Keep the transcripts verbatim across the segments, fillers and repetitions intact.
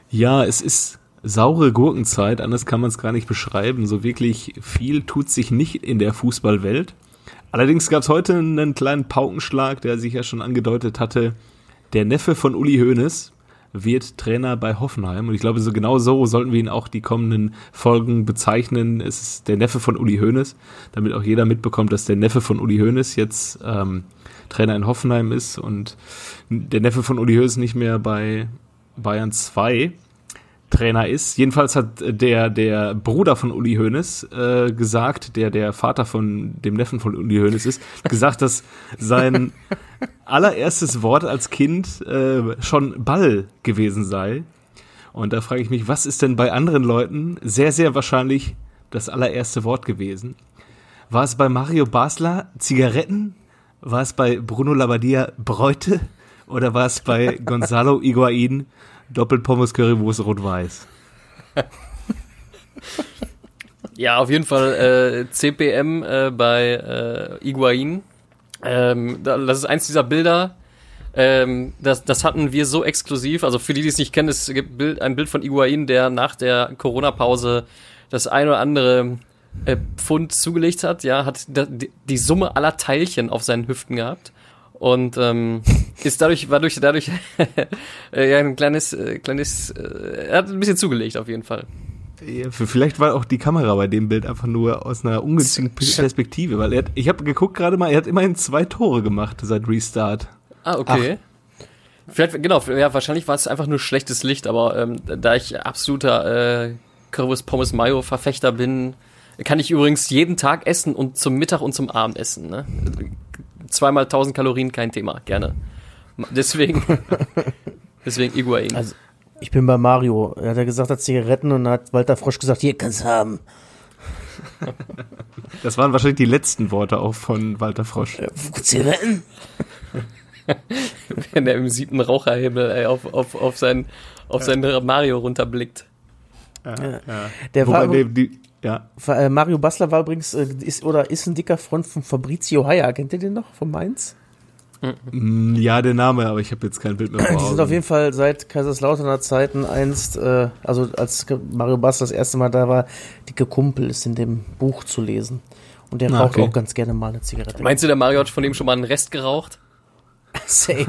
Ja, es ist saure Gurkenzeit, anders kann man es gar nicht beschreiben. So wirklich viel tut sich nicht in der Fußballwelt. Allerdings gab es heute einen kleinen Paukenschlag, der sich ja schon angedeutet hatte. Der Neffe von Uli Hoeneß wird Trainer bei Hoffenheim. Und ich glaube, so genau so sollten wir ihn auch die kommenden Folgen bezeichnen. Es ist der Neffe von Uli Hoeneß, damit auch jeder mitbekommt, dass der Neffe von Uli Hoeneß jetzt ähm, Trainer in Hoffenheim ist und der Neffe von Uli Hoeneß nicht mehr bei Bayern zwei Trainer ist. Jedenfalls hat der der Bruder von Uli Hoeneß äh, gesagt, der der Vater von dem Neffen von Uli Hoeneß ist, gesagt, dass sein allererstes Wort als Kind äh, schon Ball gewesen sei. Und da frage ich mich, was ist denn bei anderen Leuten sehr, sehr wahrscheinlich das allererste Wort gewesen? War es bei Mario Basler Zigaretten? War es bei Bruno Labbadia Bräute? Oder war es bei Gonzalo Higuaín Doppelpommes Currywurst rot-weiß? Ja, auf jeden Fall äh, C P M äh, bei äh, Higuaín. Ähm, das ist eins dieser Bilder, ähm, das, das hatten wir so exklusiv. Also für die, die es nicht kennen, es gibt Bild, ein Bild von Higuaín, der nach der Corona-Pause das ein oder andere äh, Pfund zugelegt hat. Ja, hat die, die Summe aller Teilchen auf seinen Hüften gehabt. Und ähm, ist dadurch, war durch, dadurch äh, ja, ein kleines, äh, kleines, äh, er hat ein bisschen zugelegt auf jeden Fall. Ja, vielleicht war auch die Kamera bei dem Bild einfach nur aus einer ungünstigen Perspektive, weil er hat, ich habe geguckt gerade mal, er hat immerhin zwei Tore gemacht seit Restart. Ah, okay. Ach. Vielleicht, genau, ja, wahrscheinlich war es einfach nur schlechtes Licht, aber ähm, da ich absoluter äh, Currywurst Pommes Mayo Verfechter bin, kann ich übrigens jeden Tag essen und zum Mittag und zum Abendessen, ne? Zweimal tausend Kalorien, kein Thema, gerne. Deswegen, deswegen Higuaín. Also, ich bin bei Mario. Er hat ja gesagt, er hat Zigaretten und dann hat Walter Frosch gesagt, hier kannst du haben. Das waren wahrscheinlich die letzten Worte auch von Walter Frosch. Äh, Zigaretten? Wenn er im siebten Raucherhimmel ey, auf, auf, auf, sein, auf ja. seinen Mario runterblickt. Ja, ja. Der Wobei, war, der, die, ja. Mario Basler war übrigens, ist, oder ist ein dicker Freund von Fabrizio Haya. Kennt ihr den noch von Mainz? Ja, der Name, aber ich habe jetzt kein Bild mehr vor Augen. Die sind auf jeden Fall seit Kaiserslauterner Zeiten einst, äh, also als Mario Basler das erste Mal da war, dicke Kumpel ist in dem Buch zu lesen. Und der ah, raucht okay. auch ganz gerne mal eine Zigarette. Meinst du, der Mario hat von dem schon mal einen Rest geraucht? Safe.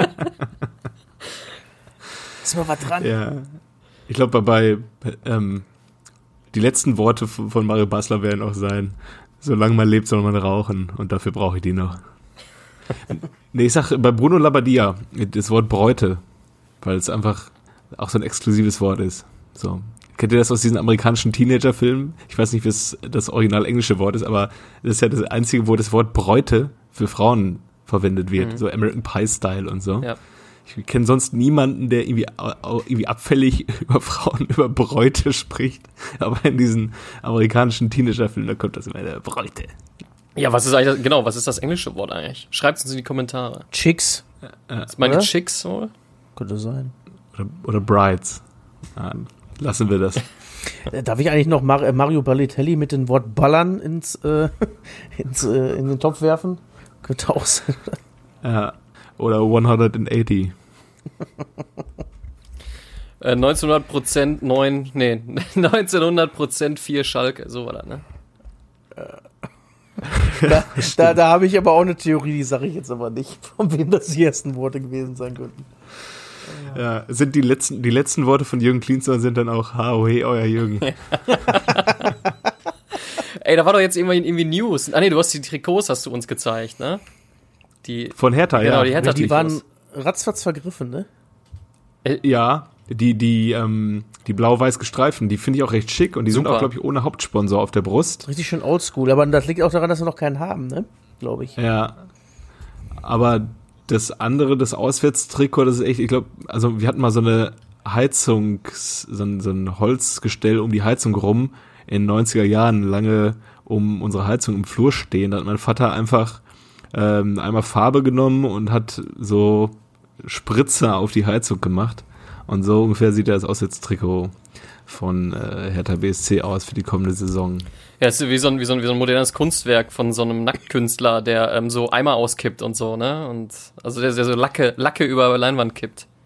Ist mal was dran. Ja. Ich glaube, bei, bei ähm, die letzten Worte von Mario Basler werden auch sein, solange man lebt, soll man rauchen und dafür brauche ich die noch. Nee, ich sag bei Bruno Labbadia das Wort Bräute, weil es einfach auch so ein exklusives Wort ist. So. Kennt ihr das aus diesen amerikanischen Teenager-Filmen? Ich weiß nicht, was das original englische Wort ist, aber das ist ja das einzige, wo das Wort Bräute für Frauen verwendet wird. Mhm. So American Pie-Style und so. Ja. Ich kenne sonst niemanden, der irgendwie, irgendwie abfällig über Frauen, über Bräute spricht. Aber in diesen amerikanischen Teenager-Filmen, da kommt das immer, der Bräute. Ja, was ist eigentlich, das, genau, was ist das englische Wort eigentlich? Schreibt es uns in die Kommentare. Chicks. Ja, ist meine oder? Chicks, oder? Könnte sein. Oder, oder Brides. Ja, lassen wir das. Darf ich eigentlich noch Mar- Mario Balotelli mit dem Wort Ballern ins, äh, ins, äh, in den Topf werfen? Könnte auch sein. Ja, oder hundertachtzig. äh, neunzehnhundert Prozent neun, nee, neunzehnhundert Prozent vier Schalke, so war das, ne? Da, da, da habe ich aber auch eine Theorie, die sage ich jetzt aber nicht, von wem das die ersten Worte gewesen sein könnten. Ja, sind die letzten, die letzten Worte von Jürgen Klinsmann sind dann auch ha, oh, hey, euer Jürgen. Ey, da war doch jetzt irgendwie, irgendwie News. Ah nee, du hast die Trikots, hast du uns gezeigt, ne? Die, von Hertha, genau, ja. Die, Hertha die waren ratzfatz vergriffen, ne? Ja, die, die, ähm, die blau-weiß gestreiften, die finde ich auch recht schick und die Super. Sind auch, glaube ich, ohne Hauptsponsor auf der Brust. Richtig schön oldschool, aber das liegt auch daran, dass wir noch keinen haben, ne? Glaube ich. Ja, aber das andere, das Auswärtstrikot, das ist echt, ich glaube, also wir hatten mal so eine Heizung, so ein, so ein Holzgestell um die Heizung rum in den neunziger Jahren, lange um unsere Heizung im Flur stehen. Da hat mein Vater einfach ähm, einmal Farbe genommen und hat so Spritzer auf die Heizung gemacht. Und so ungefähr sieht das Auswärtstrikot von äh, Hertha B S C aus für die kommende Saison. Ja, es ist wie so ein, wie so ein, wie so ein modernes Kunstwerk von so einem Nacktkünstler, der ähm, so Eimer auskippt und so, ne? Und also der, der so Lacke, Lacke über Leinwand kippt.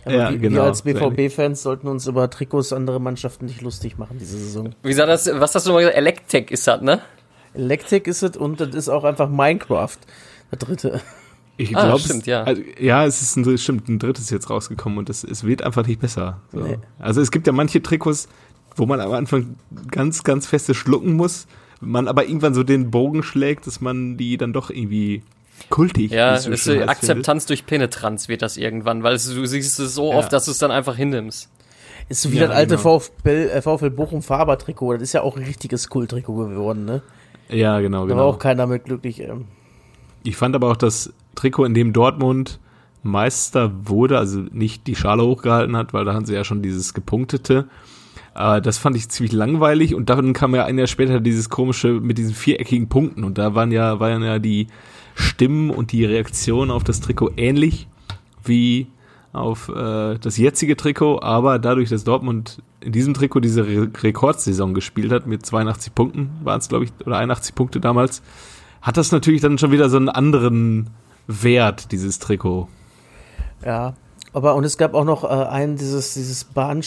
Aber ja, wir, genau. Wir als B V B-Fans sollten uns über Trikots anderer Mannschaften nicht lustig machen diese Saison. Wie sah das, was hast du nochmal gesagt? Electek ist das, ne? Electek ist es und das ist auch einfach Minecraft, der dritte. Ich glaube, ah, ja. Also, ja, es ist ein, stimmt, ein drittes jetzt rausgekommen und es, es wird einfach nicht besser. So. Nee. Also es gibt ja manche Trikots, wo man am Anfang ganz, ganz feste schlucken muss, man aber irgendwann so den Bogen schlägt, dass man die dann doch irgendwie kultig. Ja, so ist Akzeptanz findet. Durch Penetranz wird das irgendwann, weil es, du siehst es so ja. oft, dass du es dann einfach hinnimmst. Ist so wie ja, das alte genau. VfL, äh, VfL Bochum Faber-Trikot, das ist ja auch ein richtiges Kult-Trikot geworden, ne? Ja, genau, genau. Da war auch keiner mit glücklich. Ähm. Ich fand aber auch das Trikot, in dem Dortmund Meister wurde, also nicht die Schale hochgehalten hat, weil da haben sie ja schon dieses gepunktete. Äh, das fand ich ziemlich langweilig und dann kam ja ein Jahr später dieses komische mit diesen viereckigen Punkten und da waren ja, waren ja die Stimmen und die Reaktionen auf das Trikot ähnlich wie auf äh, das jetzige Trikot, aber dadurch, dass Dortmund in diesem Trikot diese Re- Rekordsaison gespielt hat, mit zweiundachtzig Punkten waren es, glaube ich, oder einundachtzig Punkte damals, hat das natürlich dann schon wieder so einen anderen Wert, dieses Trikot. Ja, aber und es gab auch noch äh, ein, dieses, dieses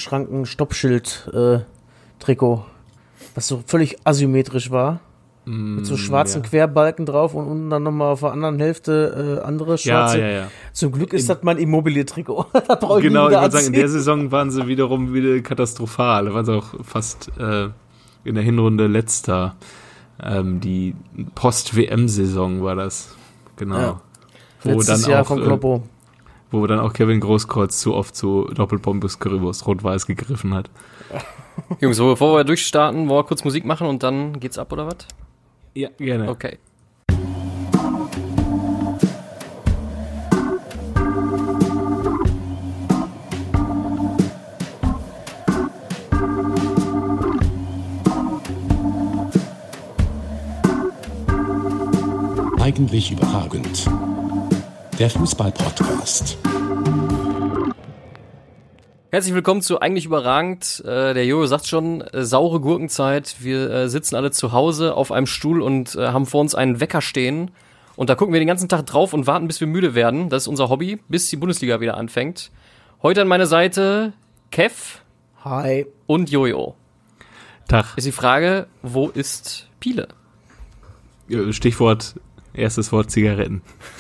Bahnschranken-Stoppschild-Trikot, äh, was so völlig asymmetrisch war. Mm, mit so schwarzen ja. Querbalken drauf und unten dann nochmal auf der anderen Hälfte äh, andere schwarze. Ja, ja, ja. Zum Glück ist in, das mein Immobilier-Trikot. Genau, ich würde sagen, in der Saison waren sie wiederum wieder katastrophal. Da waren sie auch fast äh, in der Hinrunde letzter. Ähm, die Post-W M-Saison war das. Genau. Ja. Wo Letztes dann Jahr auch, von Kloppo. Äh, wo dann auch Kevin Großkreuz zu oft zu Doppelbombus Currywurst Rot-Weiß gegriffen hat. Jungs, so, bevor wir durchstarten, wollen wir kurz Musik machen und dann geht's ab, oder was? Ja, gerne. Okay. Eigentlich überragend. Der Fußball-Podcast. Herzlich willkommen zu Eigentlich überragend. Äh, der Jojo sagt schon, äh, saure Gurkenzeit. Wir äh, sitzen alle zu Hause auf einem Stuhl und äh, haben vor uns einen Wecker stehen. Und da gucken wir den ganzen Tag drauf und warten, bis wir müde werden. Das ist unser Hobby, bis die Bundesliga wieder anfängt. Heute an meiner Seite Kev. Hi. Und Jojo. Tag. Ist die Frage, wo ist Piele? Stichwort, erstes Wort Zigaretten.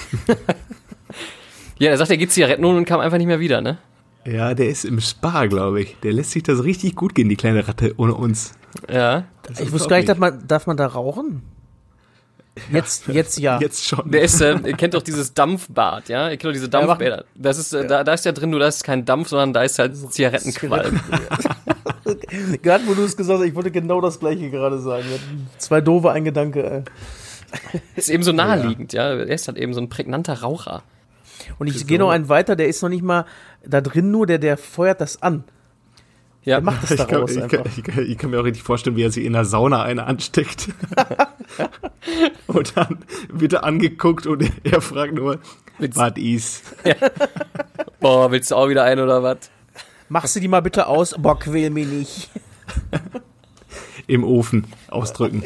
Ja, er sagt, er geht Zigaretten holen und kam einfach nicht mehr wieder, ne? Ja, der ist im Spa, glaube ich. Der lässt sich das richtig gut gehen, die kleine Ratte, ohne uns. Ja. Das ich wusste gar nicht, dass man, darf man da rauchen? Jetzt, ja, jetzt ja. Jetzt schon. Der ist, äh, ihr kennt doch dieses Dampfbad, ja? Ihr kennt doch diese Dampfbäder. Das ist, äh, ja. da, da ist ja drin, nur da ist kein Dampf, sondern da ist halt Zigarettenqualm. Gerade wo du es gesagt hast, ich wollte genau das Gleiche gerade sagen. Zwei doofe, ein Gedanke, ey. Ist eben so naheliegend, ja. Er ist halt eben so ein prägnanter Raucher. Und ich gehe noch einen weiter, der ist noch nicht mal da drin, nur der, der feuert das an. Ja. Der macht das daraus ich kann, einfach. Ich kann, ich, kann, ich kann mir auch richtig vorstellen, wie er sich in der Sauna eine ansteckt. Und dann wird er angeguckt und er fragt nur, was ist? Ja. Boah, willst du auch wieder ein oder was? Machst du die mal bitte aus? Boah, quäl mich nicht. Im Ofen ausdrücken.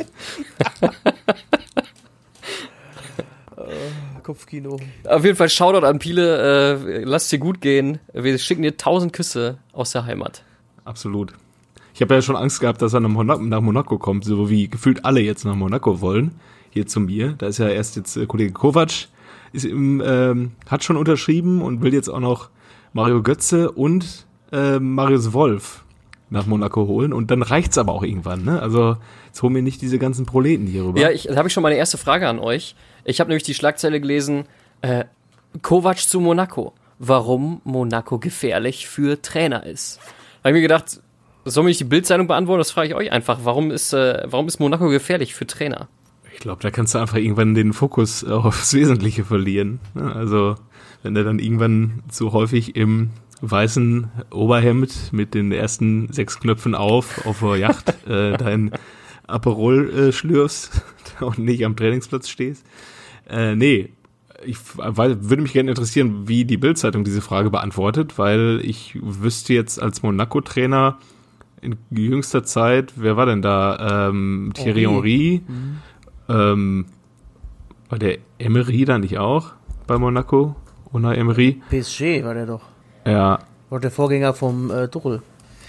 Kopfkino. Auf jeden Fall Shoutout an Piele, äh, lass dir gut gehen. Wir schicken dir tausend Küsse aus der Heimat. Absolut. Ich habe ja schon Angst gehabt, dass er nach Monaco, nach Monaco kommt, so wie gefühlt alle jetzt nach Monaco wollen, hier zu mir. Da ist ja erst jetzt äh, Kollege Kovac, ist im, ähm, hat schon unterschrieben und will jetzt auch noch Mario Götze und äh, Marius Wolf nach Monaco holen und dann reicht's aber auch irgendwann, ne? Also jetzt holen wir nicht diese ganzen Proleten hier rüber. Ja, ich, da habe ich schon meine erste Frage an euch. Ich habe nämlich die Schlagzeile gelesen, äh, Kovac zu Monaco. Warum Monaco gefährlich für Trainer ist. Da habe ich mir gedacht, soll mir nicht die Bild-Zeitung beantworten? Das frage ich euch einfach. Warum ist, äh, warum ist Monaco gefährlich für Trainer? Ich glaube, da kannst du einfach irgendwann den Fokus aufs Wesentliche verlieren. Also wenn du dann irgendwann zu häufig im weißen Oberhemd mit den ersten sechs Knöpfen auf, auf der Yacht, äh, dein Aperol äh, schlürfst und nicht am Trainingsplatz stehst. Äh, nee, ich weil, würde mich gerne interessieren, wie die Bild-Zeitung diese Frage beantwortet, weil ich wüsste jetzt als Monaco-Trainer in jüngster Zeit, wer war denn da? Ähm, Thierry Henry. Mhm. Ähm, war der Emery da nicht auch bei Monaco? Unai Emery? P S G war der doch. Ja, War der Vorgänger vom äh, Tuchel.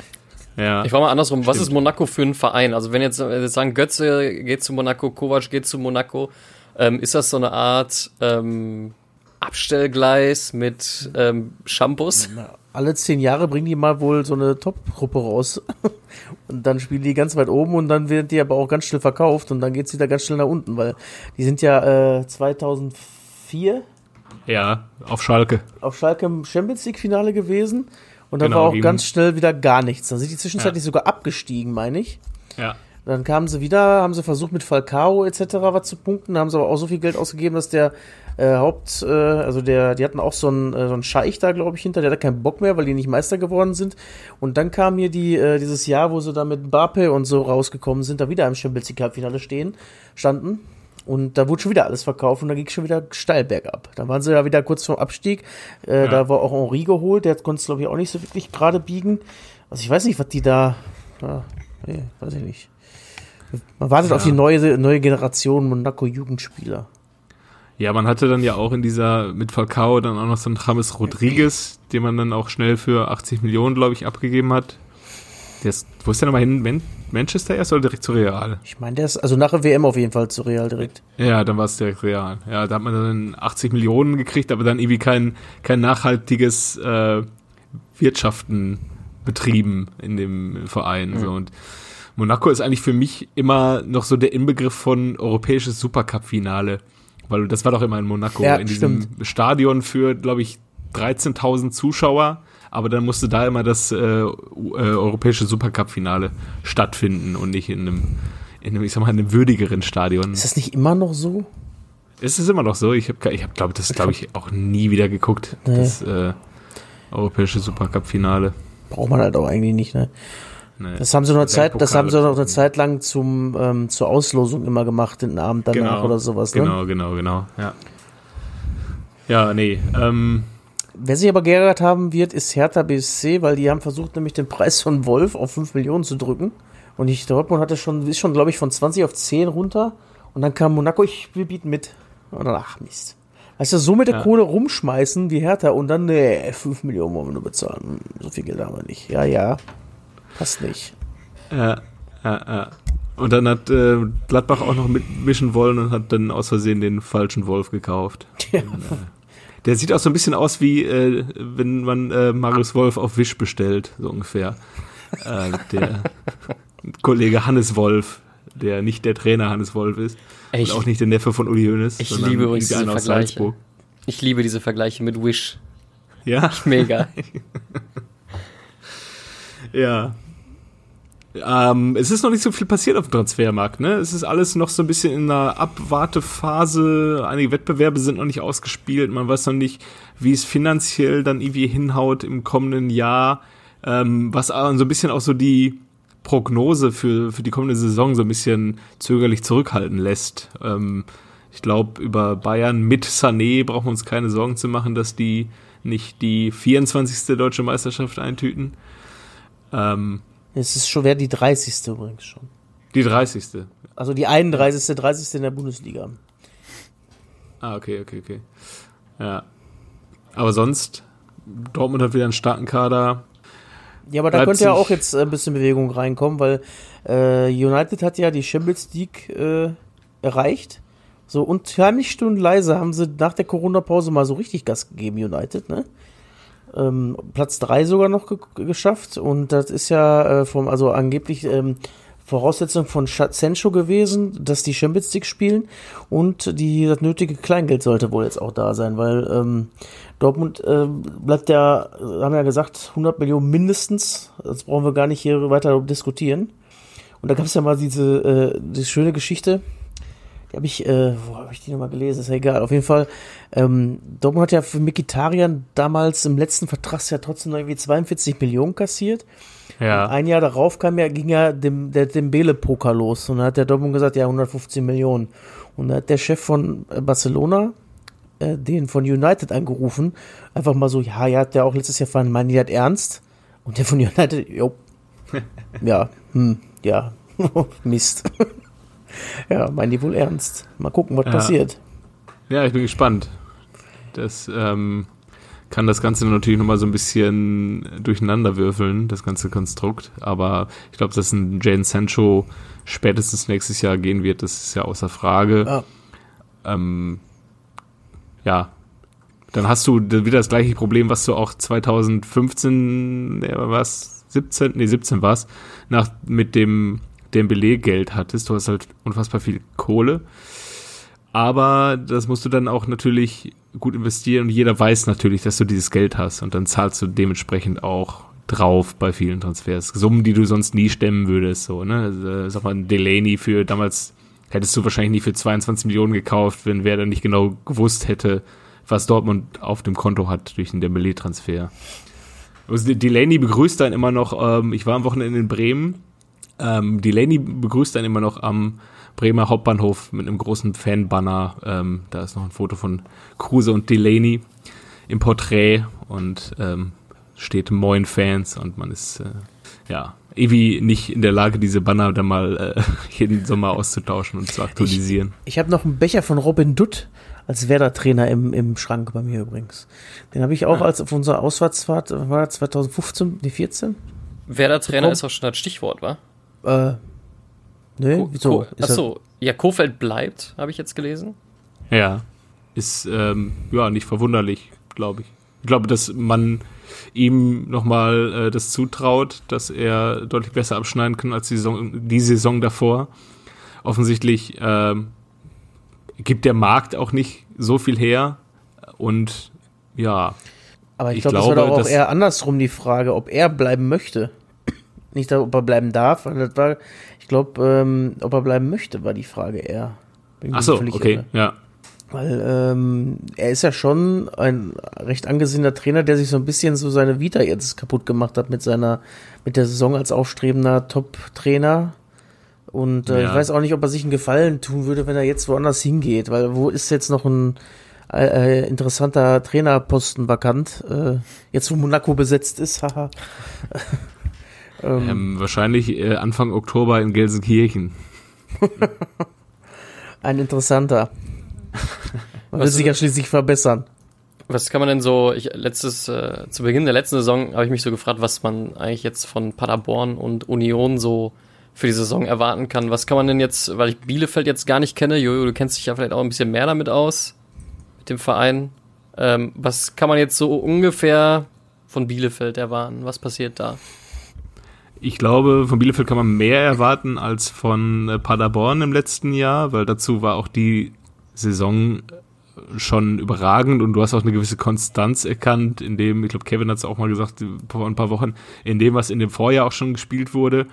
Ja. Ich frage mal andersrum, was ist Monaco für ein Verein? Also wenn jetzt, jetzt sagen, Götze geht zu Monaco, Kovac geht zu Monaco, ähm, ist das so eine Art ähm, Abstellgleis mit ähm, Shampoos? Alle zehn Jahre bringen die mal wohl so eine Top-Gruppe raus. Und dann spielen die ganz weit oben und dann werden die aber auch ganz schnell verkauft und dann geht's wieder ganz schnell nach unten, weil die sind ja äh, zweitausendvier ja, auf Schalke. Auf Schalke im Champions League-Finale gewesen und dann genau, war auch ganz schnell wieder gar nichts. Dann sind die zwischenzeitlich ja. sogar abgestiegen, meine ich. Ja. Dann kamen sie wieder, haben sie versucht mit Falcao et cetera was zu punkten, haben sie aber auch so viel Geld ausgegeben, dass der äh, Haupt, äh, also der, die hatten auch so einen, äh, so einen Scheich da, glaube ich, hinter, der hatte keinen Bock mehr, weil die nicht Meister geworden sind. Und dann kam hier die, äh, dieses Jahr, wo sie da mit Mbappé und so rausgekommen sind, da wieder im Champions League Halbfinale stehen, standen. Und da wurde schon wieder alles verkauft und da ging es schon wieder steil bergab. Dann waren sie ja wieder kurz vorm Abstieg. Äh, ja. Da war auch Henri geholt, der konnte es, glaube ich, auch nicht so wirklich gerade biegen. Also ich weiß nicht, was die da, ja, nee, weiß ich nicht. Man wartet ja. auf die neue, neue Generation Monaco-Jugendspieler. Ja, man hatte dann ja auch in dieser, mit Falcao dann auch noch so einen James Rodriguez, den man dann auch schnell für achtzig Millionen, glaube ich, abgegeben hat. Der ist, wo ist der nochmal hin? Man- Manchester erst oder direkt zu Real? Ich meine, der ist, also nach der W M auf jeden Fall zu Real direkt. Ja, dann war es direkt Real. Ja, da hat man dann achtzig Millionen gekriegt, aber dann irgendwie kein, kein nachhaltiges äh, Wirtschaften betrieben in dem Verein. Mhm. So. Und Monaco ist eigentlich für mich immer noch so der Inbegriff von europäisches Supercup-Finale. Weil das war doch immer in Monaco, ja, in diesem stimmt. Stadion für, glaube ich, dreizehntausend Zuschauer. Aber dann musste da immer das äh, äh, europäische Supercup-Finale stattfinden und nicht in einem, in einem, ich sag mal, einem würdigeren Stadion. Ist das nicht immer noch so? Es ist immer noch so. Ich habe, ich hab, glaube das glaube ich, auch nie wieder geguckt, nee. das äh, europäische Supercup-Finale. Braucht man halt auch eigentlich nicht, ne? Nee. Das haben sie noch eine Zeit, das haben sie noch eine Zeit lang zum ähm, zur Auslosung immer gemacht, den Abend danach genau, oder sowas. Ne? Genau, genau, genau, ja. Ja, nee. Ähm, Wer sich aber geärgert haben wird, ist Hertha B S C, weil die haben versucht, nämlich den Preis von Wolf auf fünf Millionen zu drücken. Und ich, Dortmund hatte schon, ist schon, glaube ich, von zwanzig auf zehn runter. Und dann kam Monaco, ich, wir bieten mit. Und dann, ach Mist. Weißt du, so mit der ja. Kohle rumschmeißen wie Hertha und dann, nee, fünf Millionen wollen wir nur bezahlen. So viel Geld haben wir nicht. Ja, ja. Passt nicht. Ja, ja, ja. Und dann hat äh, Gladbach auch noch mitmischen wollen und hat dann aus Versehen den falschen Wolf gekauft. Ja. Und, äh, der sieht auch so ein bisschen aus wie, äh, wenn man äh, Marius Wolf auf Wish bestellt, so ungefähr. äh, der Kollege Hannes Wolf, der nicht der Trainer Hannes Wolf ist. Ich, und auch nicht der Neffe von Uli Hoeneß. Ich liebe übrigens diese Vergleiche. Ich liebe diese Vergleiche mit Wish. Ja? Mega. Ja. Ähm, es ist noch nicht so viel passiert auf dem Transfermarkt, ne? Es ist alles noch so ein bisschen in einer Abwartephase. Einige Wettbewerbe sind noch nicht ausgespielt. Man weiß noch nicht, wie es finanziell dann irgendwie hinhaut im kommenden Jahr. Ähm, was so ein bisschen auch so die Prognose für, für die kommende Saison so ein bisschen zögerlich zurückhalten lässt. Ähm, ich glaube, über Bayern mit Sané brauchen wir uns keine Sorgen zu machen, dass die nicht die vierundzwanzigste deutsche Meisterschaft eintüten. Ähm, Es ist schon, wäre die dreißigste übrigens schon. Die dreißigste Also die einunddreißigste, dreißigste in der Bundesliga. Ah, okay, okay, okay. Ja. Aber sonst, Dortmund hat wieder einen starken Kader. Ja, aber da Leipzig. Könnte ja auch jetzt ein bisschen Bewegung reinkommen, weil äh, United hat ja die Champions League äh, erreicht. So, und heimlich still und leise haben sie nach der Corona-Pause mal so richtig Gas gegeben, United, ne? Ähm, Platz drei sogar noch ge- geschafft und das ist ja äh, vom, also angeblich ähm, Voraussetzung von Sancho gewesen, dass die Champions League spielen und die, das nötige Kleingeld sollte wohl jetzt auch da sein, weil ähm, Dortmund äh, bleibt ja, haben ja gesagt, hundert Millionen mindestens, das brauchen wir gar nicht hier weiter diskutieren. Und da gab es ja mal diese, äh, diese schöne Geschichte, die habe ich, äh, wo habe ich die nochmal gelesen? Ist ja egal. Auf jeden Fall, ähm, Dortmund hat ja für Mkhitaryan damals im letzten Vertragsjahr trotzdem noch irgendwie zweiundvierzig Millionen kassiert. Ja. Und ein Jahr darauf kam ja, ging ja dem, der Dembele-Poker los. Und dann hat der Dortmund gesagt, ja, hundertfünfzehn Millionen. Und dann hat der Chef von Barcelona äh, den von United angerufen. Einfach mal so, ja, ja, hat der auch letztes Jahr verhandelt, meinen die das ernst? Und der von United, jo. ja, hm, ja, Mist. Ja, meinen die wohl ernst. Mal gucken, was ja. passiert. Ja, ich bin gespannt. Das ähm, kann das Ganze natürlich nochmal so ein bisschen durcheinander würfeln, das ganze Konstrukt. Aber ich glaube, dass ein Jadon Sancho spätestens nächstes Jahr gehen wird, das ist ja außer Frage. Ah. Ähm, ja, dann hast du wieder das gleiche Problem, was du auch zwanzig fünfzehn, nee, was, siebzehn, nee, siebzehn war's, nach, mit dem Dembélé-Geld hattest. Du hast halt unfassbar viel Kohle. Aber das musst du dann auch natürlich gut investieren und jeder weiß natürlich, dass du dieses Geld hast und dann zahlst du dementsprechend auch drauf bei vielen Transfers. Summen, die du sonst nie stemmen würdest, so, ne? Also, sag mal, Delaney für damals hättest du wahrscheinlich nie für zweiundzwanzig Millionen gekauft, wenn wer dann nicht genau gewusst hätte, was Dortmund auf dem Konto hat durch den Dembélé-Transfer. Also Delaney begrüßt dann immer noch, ähm, ich war am Wochenende in Bremen, ähm, Delaney begrüßt dann immer noch am Bremer Hauptbahnhof mit einem großen Fanbanner. Ähm, da ist noch ein Foto von Kruse und Delaney im Porträt und ähm, steht Moin Fans und man ist äh, ja irgendwie nicht in der Lage, diese Banner dann mal äh, jeden Sommer auszutauschen und zu aktualisieren. Ich, ich habe noch einen Becher von Robin Dutt als Werder-Trainer im, im Schrank bei mir übrigens. Den habe ich auch ja. als auf unserer Auswärtsfahrt, war das zwanzig fünfzehn, nee, vierzehn? Werder-Trainer ist auch schon das Stichwort, wa? Äh, nö, Ko- wieso? Ko- Achso, ja, Kofeld bleibt, habe ich jetzt gelesen. Ja, ist ähm, ja nicht verwunderlich, glaube ich. Ich glaube, dass man ihm nochmal äh, das zutraut, dass er deutlich besser abschneiden kann als die Saison, die Saison davor. Offensichtlich ähm, gibt der Markt auch nicht so viel her und ja. Aber ich, ich glaub, glaube, das war doch auch dass, eher andersrum die Frage, ob er bleiben möchte. Nicht, ob er bleiben darf. Das war, ich glaube, ähm, ob er bleiben möchte, war die Frage eher. Ach so, okay, irre. Ja. Weil ähm, er ist ja schon ein recht angesehener Trainer, der sich so ein bisschen so seine Vita jetzt kaputt gemacht hat mit seiner, mit der Saison als aufstrebender Top-Trainer. Und äh, ja. ich weiß auch nicht, ob er sich einen Gefallen tun würde, wenn er jetzt woanders hingeht, weil wo ist jetzt noch ein äh, interessanter Trainerposten vakant, äh, jetzt wo Monaco besetzt ist, haha. ähm, ähm, wahrscheinlich äh, Anfang Oktober in Gelsenkirchen. Ein interessanter. Man will sich ja schließlich verbessern. Was kann man denn so, ich letztes, äh, zu Beginn der letzten Saison habe ich mich so gefragt, was man eigentlich jetzt von Paderborn und Union so für die Saison erwarten kann. Was kann man denn jetzt, weil ich Bielefeld jetzt gar nicht kenne, Jojo, du kennst dich ja vielleicht auch ein bisschen mehr damit aus, mit dem Verein. Ähm, was kann man jetzt so ungefähr von Bielefeld erwarten? Was passiert da? Ich glaube, von Bielefeld kann man mehr erwarten als von äh, Paderborn im letzten Jahr, weil dazu war auch die Saison schon überragend und du hast auch eine gewisse Konstanz erkannt, in dem, ich glaube, Kevin hat es auch mal gesagt, vor ein paar Wochen, in dem, was in dem Vorjahr auch schon gespielt wurde.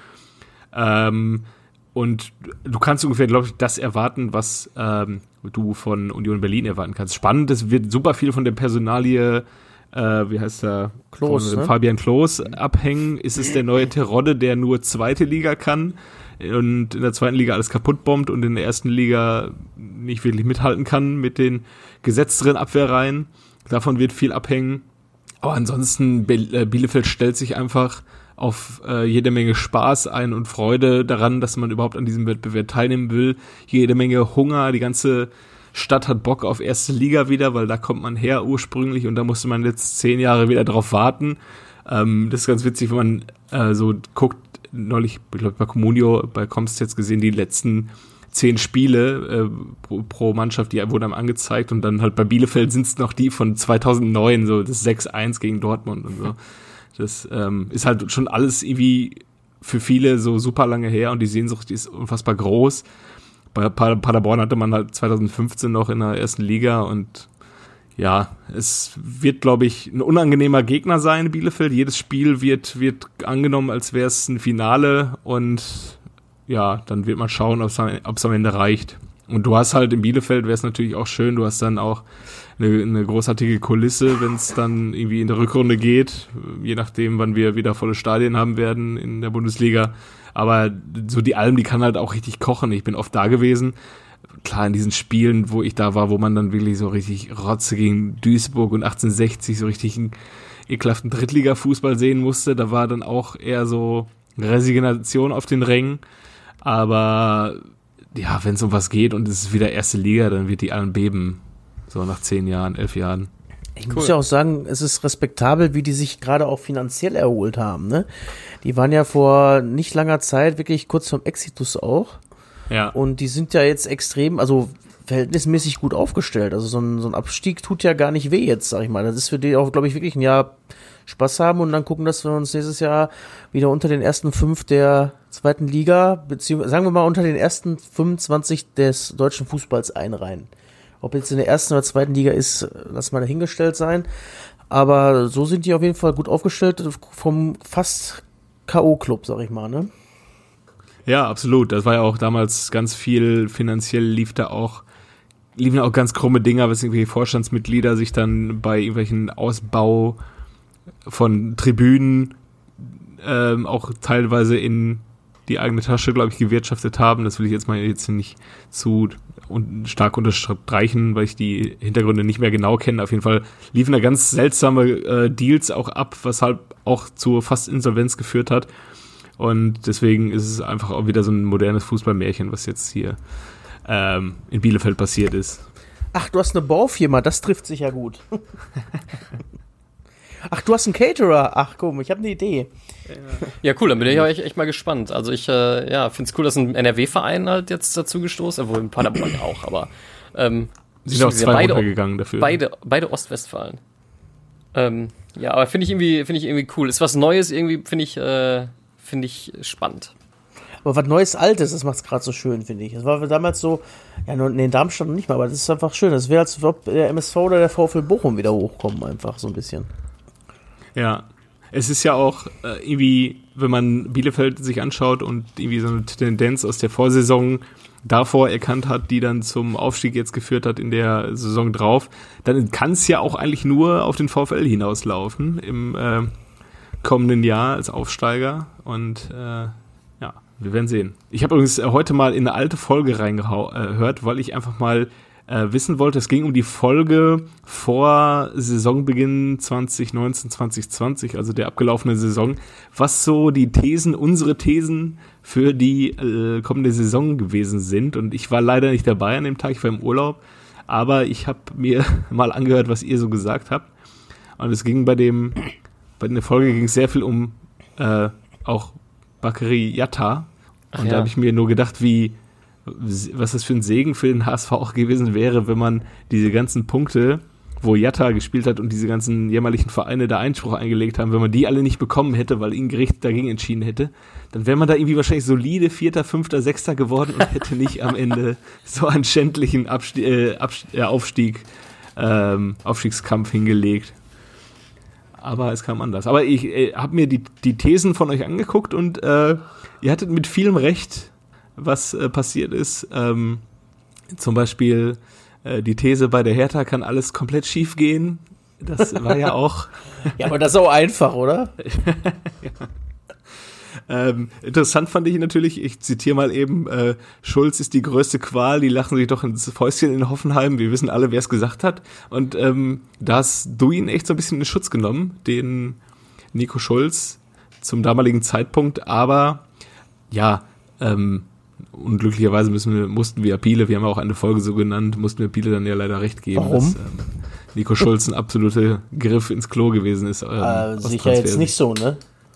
Ähm, und du kannst ungefähr, glaube ich, das erwarten, was ähm, du von Union Berlin erwarten kannst. Spannend, es wird super viel von der Personalie, äh, wie heißt der? Klos, von ne? Fabian Klos abhängen. Ist es der neue Terodde, der nur zweite Liga kann und in der zweiten Liga alles kaputt bombt und in der ersten Liga nicht wirklich mithalten kann mit den gesetzteren Abwehrreihen. Davon wird viel abhängen. Aber ansonsten, Bielefeld stellt sich einfach auf äh, jede Menge Spaß ein und Freude daran, dass man überhaupt an diesem Wettbewerb teilnehmen will. Jede Menge Hunger, die ganze Stadt hat Bock auf erste Liga wieder, weil da kommt man her ursprünglich und da musste man jetzt zehn Jahre wieder drauf warten. Ähm, das ist ganz witzig, wenn man äh, so guckt, neulich, ich glaube bei Comunio, bei Comst jetzt gesehen, die letzten zehn Spiele äh, pro, pro Mannschaft, die wurden einem angezeigt und dann halt bei Bielefeld sind es noch die von zweitausendneun, so das sechs eins gegen Dortmund und so. Das ähm, ist halt schon alles irgendwie für viele so super lange her und die Sehnsucht, die ist unfassbar groß. Bei Paderborn hatte man halt zweitausendfünfzehn noch in der ersten Liga und ja, es wird, glaube ich, ein unangenehmer Gegner sein, Bielefeld. Jedes Spiel wird, wird angenommen, als wäre es ein Finale und ja, dann wird man schauen, ob es am Ende reicht. Und du hast halt in Bielefeld, wäre es natürlich auch schön, du hast dann auch eine, eine großartige Kulisse, wenn es dann irgendwie in der Rückrunde geht, je nachdem, wann wir wieder volle Stadien haben werden in der Bundesliga. Aber so die Alm, die kann halt auch richtig kochen. Ich bin oft da gewesen. Klar, in diesen Spielen, wo ich da war, wo man dann wirklich so richtig Rotze gegen Duisburg und achtzehnhundertsechzig so richtig einen ekelhaften Drittliga-Fußball sehen musste, da war dann auch eher so Resignation auf den Rängen. Aber ja, wenn es um was geht und es ist wieder erste Liga, dann wird die Alm beben. So nach zehn Jahren, elf Jahren. Ich cool. muss ja auch sagen, es ist respektabel, wie die sich gerade auch finanziell erholt haben, ne? Die waren ja vor nicht langer Zeit wirklich kurz vorm Exitus auch. Ja. Und die sind ja jetzt extrem, also verhältnismäßig gut aufgestellt. Also so ein, so ein Abstieg tut ja gar nicht weh jetzt, sag ich mal. Das ist für die auch, glaube ich, wirklich ein Jahr Spaß haben und dann gucken, dass wir uns nächstes Jahr wieder unter den ersten fünf der zweiten Liga, beziehungsweise sagen wir mal unter den ersten fünfundzwanzig des deutschen Fußballs einreihen. Ob jetzt in der ersten oder zweiten Liga ist, lass mal dahingestellt sein. Aber so sind die auf jeden Fall gut aufgestellt vom fast K O-Club, sag ich mal, ne? Ja, absolut. Das war ja auch damals ganz viel, finanziell lief da auch, liefen auch ganz krumme Dinger, was irgendwelche Vorstandsmitglieder sich dann bei irgendwelchen Ausbau von Tribünen ähm, auch teilweise in die eigene Tasche, glaube ich, gewirtschaftet haben. Das will ich jetzt mal jetzt nicht zu un- stark unterstreichen, weil ich die Hintergründe nicht mehr genau kenne. Auf jeden Fall liefen da ganz seltsame äh, Deals auch ab, was halt auch zur fast Insolvenz geführt hat. Und deswegen ist es einfach auch wieder so ein modernes Fußballmärchen, was jetzt hier ähm, in Bielefeld passiert ist. Ach, du hast eine Baufirma, das trifft sich ja gut. Ach, du hast einen Caterer. Ach, komm, ich habe eine Idee. Ja, cool, dann bin ich auch echt, echt mal gespannt. Also ich äh, ja, finde es cool, dass ein N R W-Verein halt jetzt dazu gestoßen ist, obwohl in Paderborn auch, aber ähm, sind auch zwei beide, runtergegangen dafür. Beide, beide Ostwestfalen. Ähm, ja, aber finde ich irgendwie, finde ich irgendwie cool. Ist was Neues irgendwie, finde ich, äh, finde ich spannend. Aber was Neues, Altes, das macht es gerade so schön, finde ich. Das war damals so, ja, nee, in Darmstadt noch nicht mal, aber das ist einfach schön. Das wäre, als ob der M S V oder der VfL Bochum wieder hochkommen, einfach so ein bisschen. Ja, es ist ja auch äh, irgendwie, wenn man Bielefeld sich anschaut und irgendwie so eine Tendenz aus der Vorsaison davor erkannt hat, die dann zum Aufstieg jetzt geführt hat in der Saison drauf, dann kann es ja auch eigentlich nur auf den VfL hinauslaufen im äh, kommenden Jahr als Aufsteiger und äh, ja, wir werden sehen. Ich habe übrigens heute mal in eine alte Folge reingehört, weil ich einfach mal äh, wissen wollte, es ging um die Folge vor Saisonbeginn zwanzig neunzehn, zwanzig zwanzig, also der abgelaufenen Saison, was so die Thesen, unsere Thesen für die äh, kommende Saison gewesen sind. Und ich war leider nicht dabei an dem Tag, ich war im Urlaub, aber ich habe mir mal angehört, was ihr so gesagt habt. Und es ging bei dem, bei der Folge ging es sehr viel um äh, auch Bakary Yatta. Und ja. Da habe ich mir nur gedacht, wie was das für ein Segen für den H S V auch gewesen wäre, wenn man diese ganzen Punkte, wo Yatta gespielt hat und diese ganzen jämmerlichen Vereine da Einspruch eingelegt haben, wenn man die alle nicht bekommen hätte, weil ein Gericht dagegen entschieden hätte, dann wäre man da irgendwie wahrscheinlich solide Vierter, Fünfter, Sechster geworden und hätte nicht am Ende so einen schändlichen Abstieg, äh, Abstieg, äh, Aufstieg, ähm, Aufstiegskampf hingelegt. Aber es kam anders. Aber ich äh, habe mir die, die Thesen von euch angeguckt und äh, ihr hattet mit vielem Recht, was äh, passiert ist. Ähm, zum Beispiel äh, die These, bei der Hertha kann alles komplett schief gehen. Das war ja auch... ja, aber das ist auch einfach, oder? ja. ähm, interessant fand ich natürlich, ich zitiere mal eben, äh, Schulz ist die größte Qual, die lachen sich doch ins Fäustchen in Hoffenheim. Wir wissen alle, wer es gesagt hat. Und ähm, da hast du ihn echt so ein bisschen in Schutz genommen, den Nico Schulz zum damaligen Zeitpunkt. Aber ja, ähm, unglücklicherweise müssen wir, mussten wir Biele, wir haben ja auch eine Folge so genannt, mussten wir Biele dann ja leider recht geben, Warum? dass ähm, Nico Schulz ein absoluter Griff ins Klo gewesen ist. Ähm, äh, sicher jetzt nicht so, ne?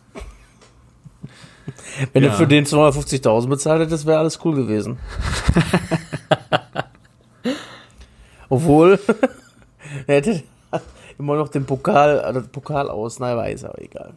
Wenn ja. du für den zweihundertfünfzigtausend bezahlt hättest, wäre alles cool gewesen. Obwohl, er hätte immer noch den Pokal, das Pokal aus, naja, weiß, aber egal.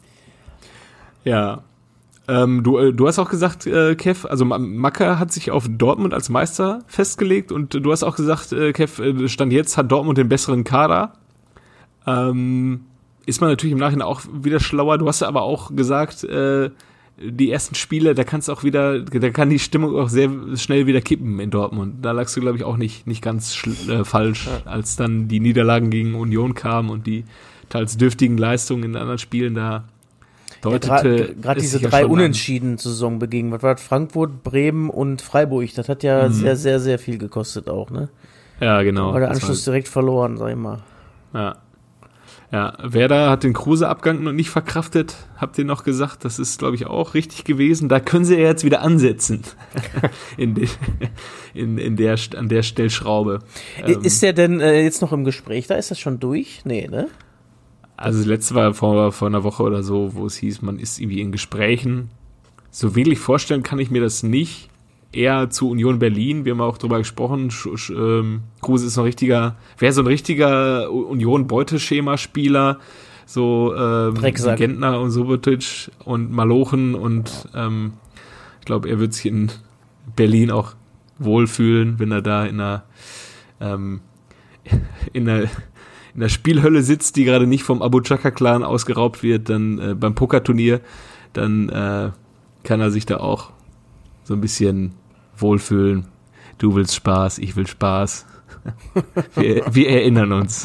Ja. Ähm, du, du hast auch gesagt, äh, Kev, also Macke hat sich auf Dortmund als Meister festgelegt und du hast auch gesagt, äh, Kev, Stand jetzt hat Dortmund den besseren Kader. Ähm, ist man natürlich im Nachhinein auch wieder schlauer. Du hast aber auch gesagt, äh, die ersten Spiele, da kannst auch wieder, da kann die Stimmung auch sehr schnell wieder kippen in Dortmund. Da lagst du, glaube ich, auch nicht, nicht ganz schl- äh, falsch, ja. Als dann die Niederlagen gegen Union kamen und die teils dürftigen Leistungen in anderen Spielen da deutete. Ja, Gerade diese drei Unentschieden zur Saisonbeginn. Was war das? Frankfurt, Bremen und Freiburg. Das hat ja mhm. sehr, sehr, sehr viel gekostet auch, ne? Ja, genau. Da war der Anschluss war direkt verloren, sag ich mal. Ja. Ja, Werder hat den Kruse-Abgang noch nicht verkraftet, habt ihr noch gesagt. Das ist, glaube ich, auch richtig gewesen. Da können sie ja jetzt wieder ansetzen. in, de, in, in der, an der Stellschraube. Ist der denn äh, jetzt noch im Gespräch? Da ist das schon durch? Nee, ne? Also das letzte war vor, vor einer Woche oder so, wo es hieß, man ist irgendwie in Gesprächen. So wirklich vorstellen kann ich mir das nicht. Eher zu Union Berlin, wir haben auch drüber gesprochen, Sch- Sch- ähm, Kruse ist ein richtiger, wäre so ein richtiger Union-Beuteschema-Spieler, so ähm, Gentner und Subotic und Malochen und ähm, ich glaube, er wird sich in Berlin auch wohlfühlen, wenn er da in einer ähm, in einer in der Spielhölle sitzt, die gerade nicht vom Abu Chaka-Clan ausgeraubt wird, dann äh, beim Pokerturnier, dann äh, kann er sich da auch so ein bisschen wohlfühlen. Du willst Spaß, ich will Spaß. wir, wir erinnern uns.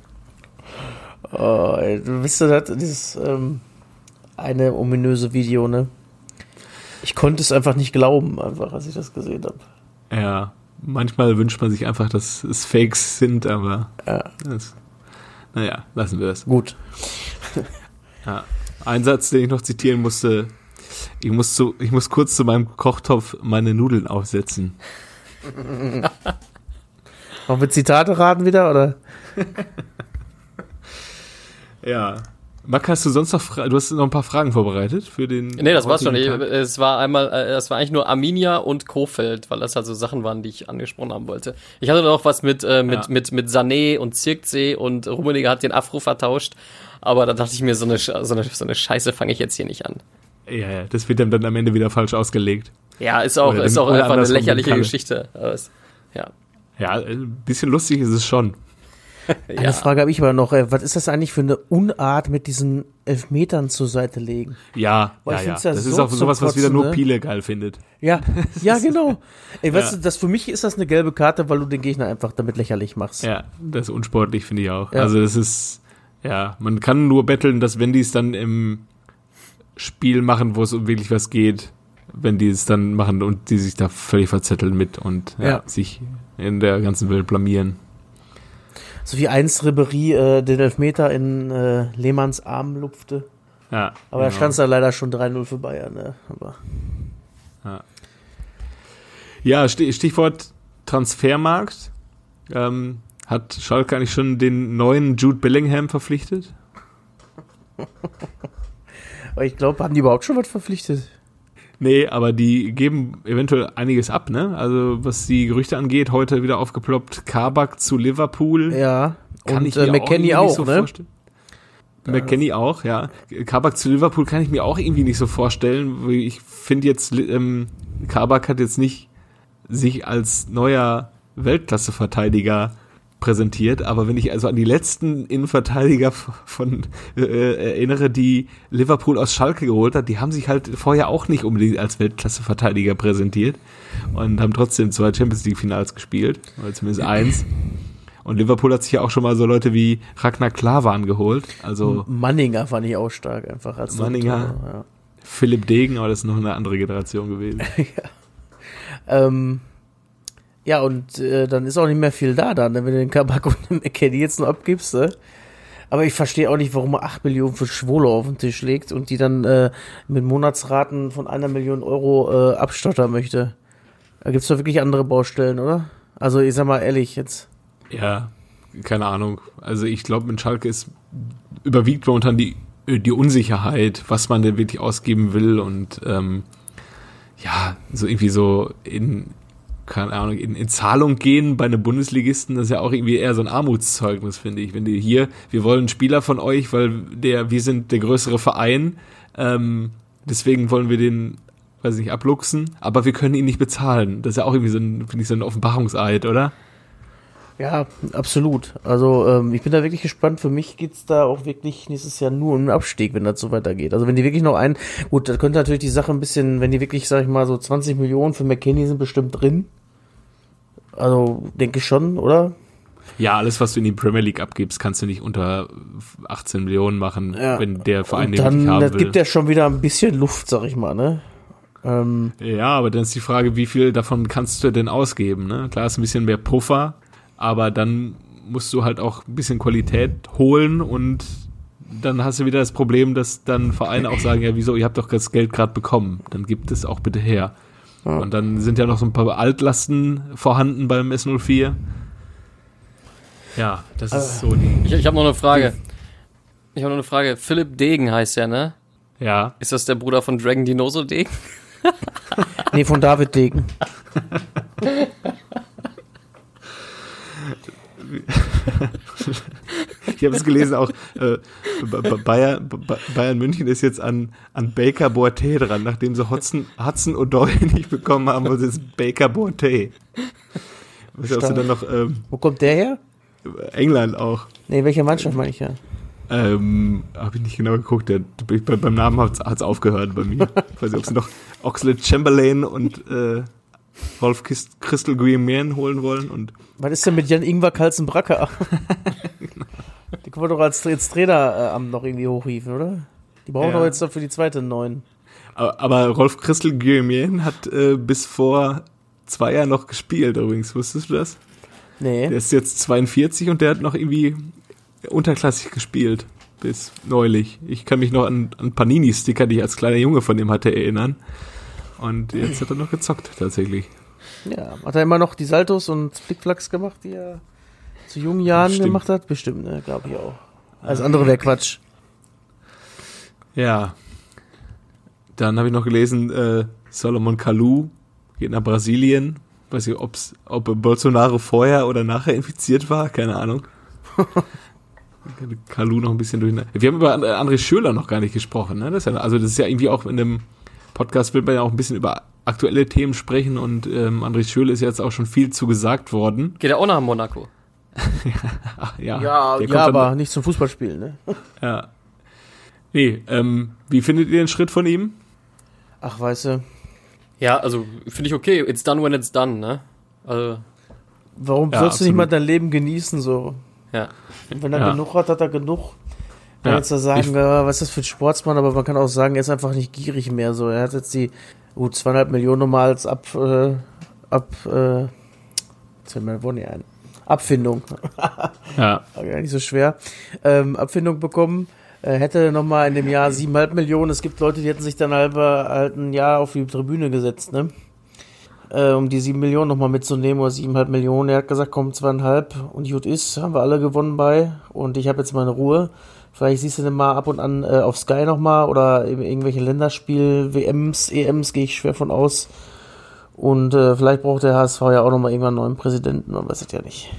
Oh, ey, du wisst das, dieses ähm, eine ominöse Video, ne? Ich konnte es einfach nicht glauben, einfach, als ich das gesehen habe. Ja, manchmal wünscht man sich einfach, dass es Fakes sind, aber ja. das, naja, lassen wir es. Gut. Ja. Ein Satz, den ich noch zitieren musste: Ich muss, zu, ich muss kurz zu meinem Kochtopf meine Nudeln aufsetzen. Noch mit Zitate raten wieder, oder? Ja. Mack, hast du sonst noch Fra- du hast noch ein paar Fragen vorbereitet für den? Nee, das war's schon. Ich, es war einmal, es war eigentlich nur Arminia und Kofeld, weil das halt so Sachen waren, die ich angesprochen haben wollte. Ich hatte noch was mit, äh, mit, ja. mit, mit Sané und Zirkzee und Rummenigge hat den Afro vertauscht. Aber da dachte ich mir, so eine, so eine, so eine Scheiße fange ich jetzt hier nicht an. Ja, ja, das wird dann, dann am Ende wieder falsch ausgelegt. Ja, ist auch, ist auch einfach eine lächerliche Geschichte. Es, ja. Ja, ein bisschen lustig ist es schon. Eine ja. Frage habe ich aber noch. Was ist das eigentlich für eine Unart, mit diesen Elfmetern zur Seite legen? Ja, ja, ja. Das, das so ist auch sowas, Kotzen, was wieder nur Piele geil findet. Ja, ja, genau. Ey, weißt ja. du, das für mich ist das eine gelbe Karte, weil du den Gegner einfach damit lächerlich machst. Ja, das ist unsportlich, finde ich auch. Ja. Also das ist, ja, man kann nur betteln, dass wenn die es dann im Spiel machen, wo es um wirklich was geht, wenn die es dann machen und die sich da völlig verzetteln mit und ja, ja. sich in der ganzen Welt blamieren. So wie einst Ribéry äh, den Elfmeter in äh, Lehmanns Arm lupfte. Ja. Aber genau. Da stand es da leider schon drei null für Bayern. Ne? Aber ja, ja Stichwort Transfermarkt. Ähm, hat Schalke eigentlich schon den neuen Jude Bellingham verpflichtet? Aber ich glaube, haben die überhaupt schon was verpflichtet? Nee, aber die geben eventuell einiges ab, ne? Also was die Gerüchte angeht, heute wieder aufgeploppt, Kabak zu Liverpool. Ja, kann und ich mir äh, McKennie auch, auch so ne? Vorstellen. McKennie auch, ja. Kabak zu Liverpool kann ich mir auch irgendwie nicht so vorstellen. Ich finde jetzt, ähm, Kabak hat jetzt nicht sich als neuer Weltklasse-Verteidiger präsentiert, aber wenn ich also an die letzten Innenverteidiger von äh, erinnere, die Liverpool aus Schalke geholt hat, die haben sich halt vorher auch nicht unbedingt als Weltklasse-Verteidiger präsentiert und haben trotzdem zwei Champions-League-Finals gespielt, oder zumindest eins. Und Liverpool hat sich ja auch schon mal so Leute wie Ragnar Klavan geholt. Also Manninger fand ich auch stark einfach. Als Manninger, so, ja. Philipp Degen, aber das ist noch eine andere Generation gewesen. ja. Ähm Ja, und äh, dann ist auch nicht mehr viel da, dann, wenn du den Kabak und den McKennie jetzt noch abgibst. Ne? Aber ich verstehe auch nicht, warum er acht Millionen für Schwolo auf den Tisch legt und die dann äh, mit Monatsraten von einer Million Euro äh, abstottern möchte. Da gibt's doch wirklich andere Baustellen, oder? Also ich sag mal ehrlich jetzt. Ja, keine Ahnung. Also ich glaube, mit Schalke ist überwiegt momentan die, die Unsicherheit, was man denn wirklich ausgeben will und ähm, ja, so irgendwie so in keine Ahnung, in, in Zahlung gehen bei einem Bundesligisten, das ist ja auch irgendwie eher so ein Armutszeugnis, finde ich. Wenn die hier, wir wollen einen Spieler von euch, weil der, wir sind der größere Verein, ähm, deswegen wollen wir den, weiß ich nicht, abluchsen, aber wir können ihn nicht bezahlen. Das ist ja auch irgendwie so ein, finde ich, so ein Offenbarungseid, oder? Ja, absolut. Also ähm, ich bin da wirklich gespannt. Für mich geht's da auch wirklich nächstes Jahr nur um den Abstieg, wenn das so weitergeht. Also wenn die wirklich noch einen, gut, da könnte natürlich die Sache ein bisschen, wenn die wirklich, sag ich mal, so zwanzig Millionen für McKennie sind bestimmt drin. Also denke ich schon, oder? Ja, alles, was du in die Premier League abgibst, kannst du nicht unter achtzehn Millionen machen, ja. Wenn der Verein den wirklich haben will. Das gibt ja schon wieder ein bisschen Luft, sag ich mal, ne? Ähm, ja, aber dann ist die Frage, wie viel davon kannst du denn ausgeben, ne? Klar ist ein bisschen mehr Puffer, aber dann musst du halt auch ein bisschen Qualität holen und dann hast du wieder das Problem, dass dann Vereine auch sagen, ja wieso, ihr habt doch das Geld gerade bekommen, dann gibt es auch bitte her. Ja. Und dann sind ja noch so ein paar Altlasten vorhanden beim S null vier. Ja, das ist äh, so. Ich, ich habe noch eine Frage. Ich habe noch eine Frage. Philipp Degen heißt ja, ne? Ja. Ist das der Bruder von Dragon Dinoso Degen? Nee, von David Degen. Ich habe es gelesen auch, äh, Bayern, Bayern München ist jetzt an, an Baker Boateng dran, nachdem sie Hudson, Hudson Odoi nicht bekommen haben, und jetzt Baker Boateng. Was du dann noch, ähm, Wo kommt der her? England auch. Nee, welche Mannschaft meine ich ja? Ähm, habe ich nicht genau geguckt, der, beim Namen hat es aufgehört bei mir. Ich weiß nicht, ob sie noch Oxlade-Chamberlain und äh, Rolf Crystal Guillemien holen wollen. Und was ist denn mit Jan-Ingwer Kalsen-Bracker? Die können wir doch als, als Traineramt noch irgendwie hochhieven, oder? Die brauchen ja. doch jetzt doch für die zweite neuen. Aber, aber Rolf Crystal Guillemien hat äh, bis vor zwei Jahren noch gespielt übrigens. Wusstest du das? Nee. Der ist jetzt zweiundvierzig und der hat noch irgendwie unterklassig gespielt bis neulich. Ich kann mich noch an, an Panini-Sticker, die ich als kleiner Junge von ihm hatte, erinnern. Und jetzt hat er noch gezockt, tatsächlich. Ja, hat er immer noch die Saltos und Flickflacks gemacht, die er zu jungen Jahren Bestimmt. gemacht hat? Bestimmt, ne? Glaube ich auch. Alles andere wäre Quatsch. Ja. Dann habe ich noch gelesen, äh, Solomon Kalou geht nach Brasilien. Weiß nicht, ob's, ob Bolsonaro vorher oder nachher infiziert war, keine Ahnung. Kalou noch ein bisschen durch. Wir haben über André Schürrle noch gar nicht gesprochen, ne? Das ist ja, also das ist ja irgendwie auch in dem Podcast will man ja auch ein bisschen über aktuelle Themen sprechen und ähm, André Schürrle ist jetzt auch schon viel zu gesagt worden. Geht er auch nach Monaco? ja, ja, ja aber dann, nicht zum Fußballspielen, ne? Ja. Nee, ähm, wie findet ihr den Schritt von ihm? Ach, weißt du. Ja, also finde ich okay. It's done when it's done, ne? Also, warum ja, sollst absolut. du nicht mal dein Leben genießen, so? Ja. Und wenn er ja. genug hat, hat er genug. Man kann jetzt da sagen, ich, ja, was ist das für ein Sportsmann, aber man kann auch sagen, er ist einfach nicht gierig mehr, so. Er hat jetzt die, gut, zweieinhalb Millionen nochmal als Ab, äh, Ab, äh, jetzt fällt mir wohl nicht ein. Abfindung. Ja. Gar nicht so schwer. Ähm, Abfindung bekommen. Er hätte nochmal in dem Jahr siebeneinhalb Millionen. Es gibt Leute, die hätten sich dann halber halt ein Jahr auf die Tribüne gesetzt, ne? Äh, um die sieben Millionen nochmal mitzunehmen oder siebeneinhalb Millionen. Er hat gesagt, komm, zweieinhalb und gut ist, haben wir alle gewonnen bei. Und ich habe jetzt meine Ruhe. Vielleicht siehst du den mal ab und an äh, auf Sky nochmal oder in irgendwelche Länderspiel, W Ms, E Ms, gehe ich schwer von aus. Und äh, vielleicht braucht der H S V ja auch nochmal irgendwann einen neuen Präsidenten, man weiß es ja nicht.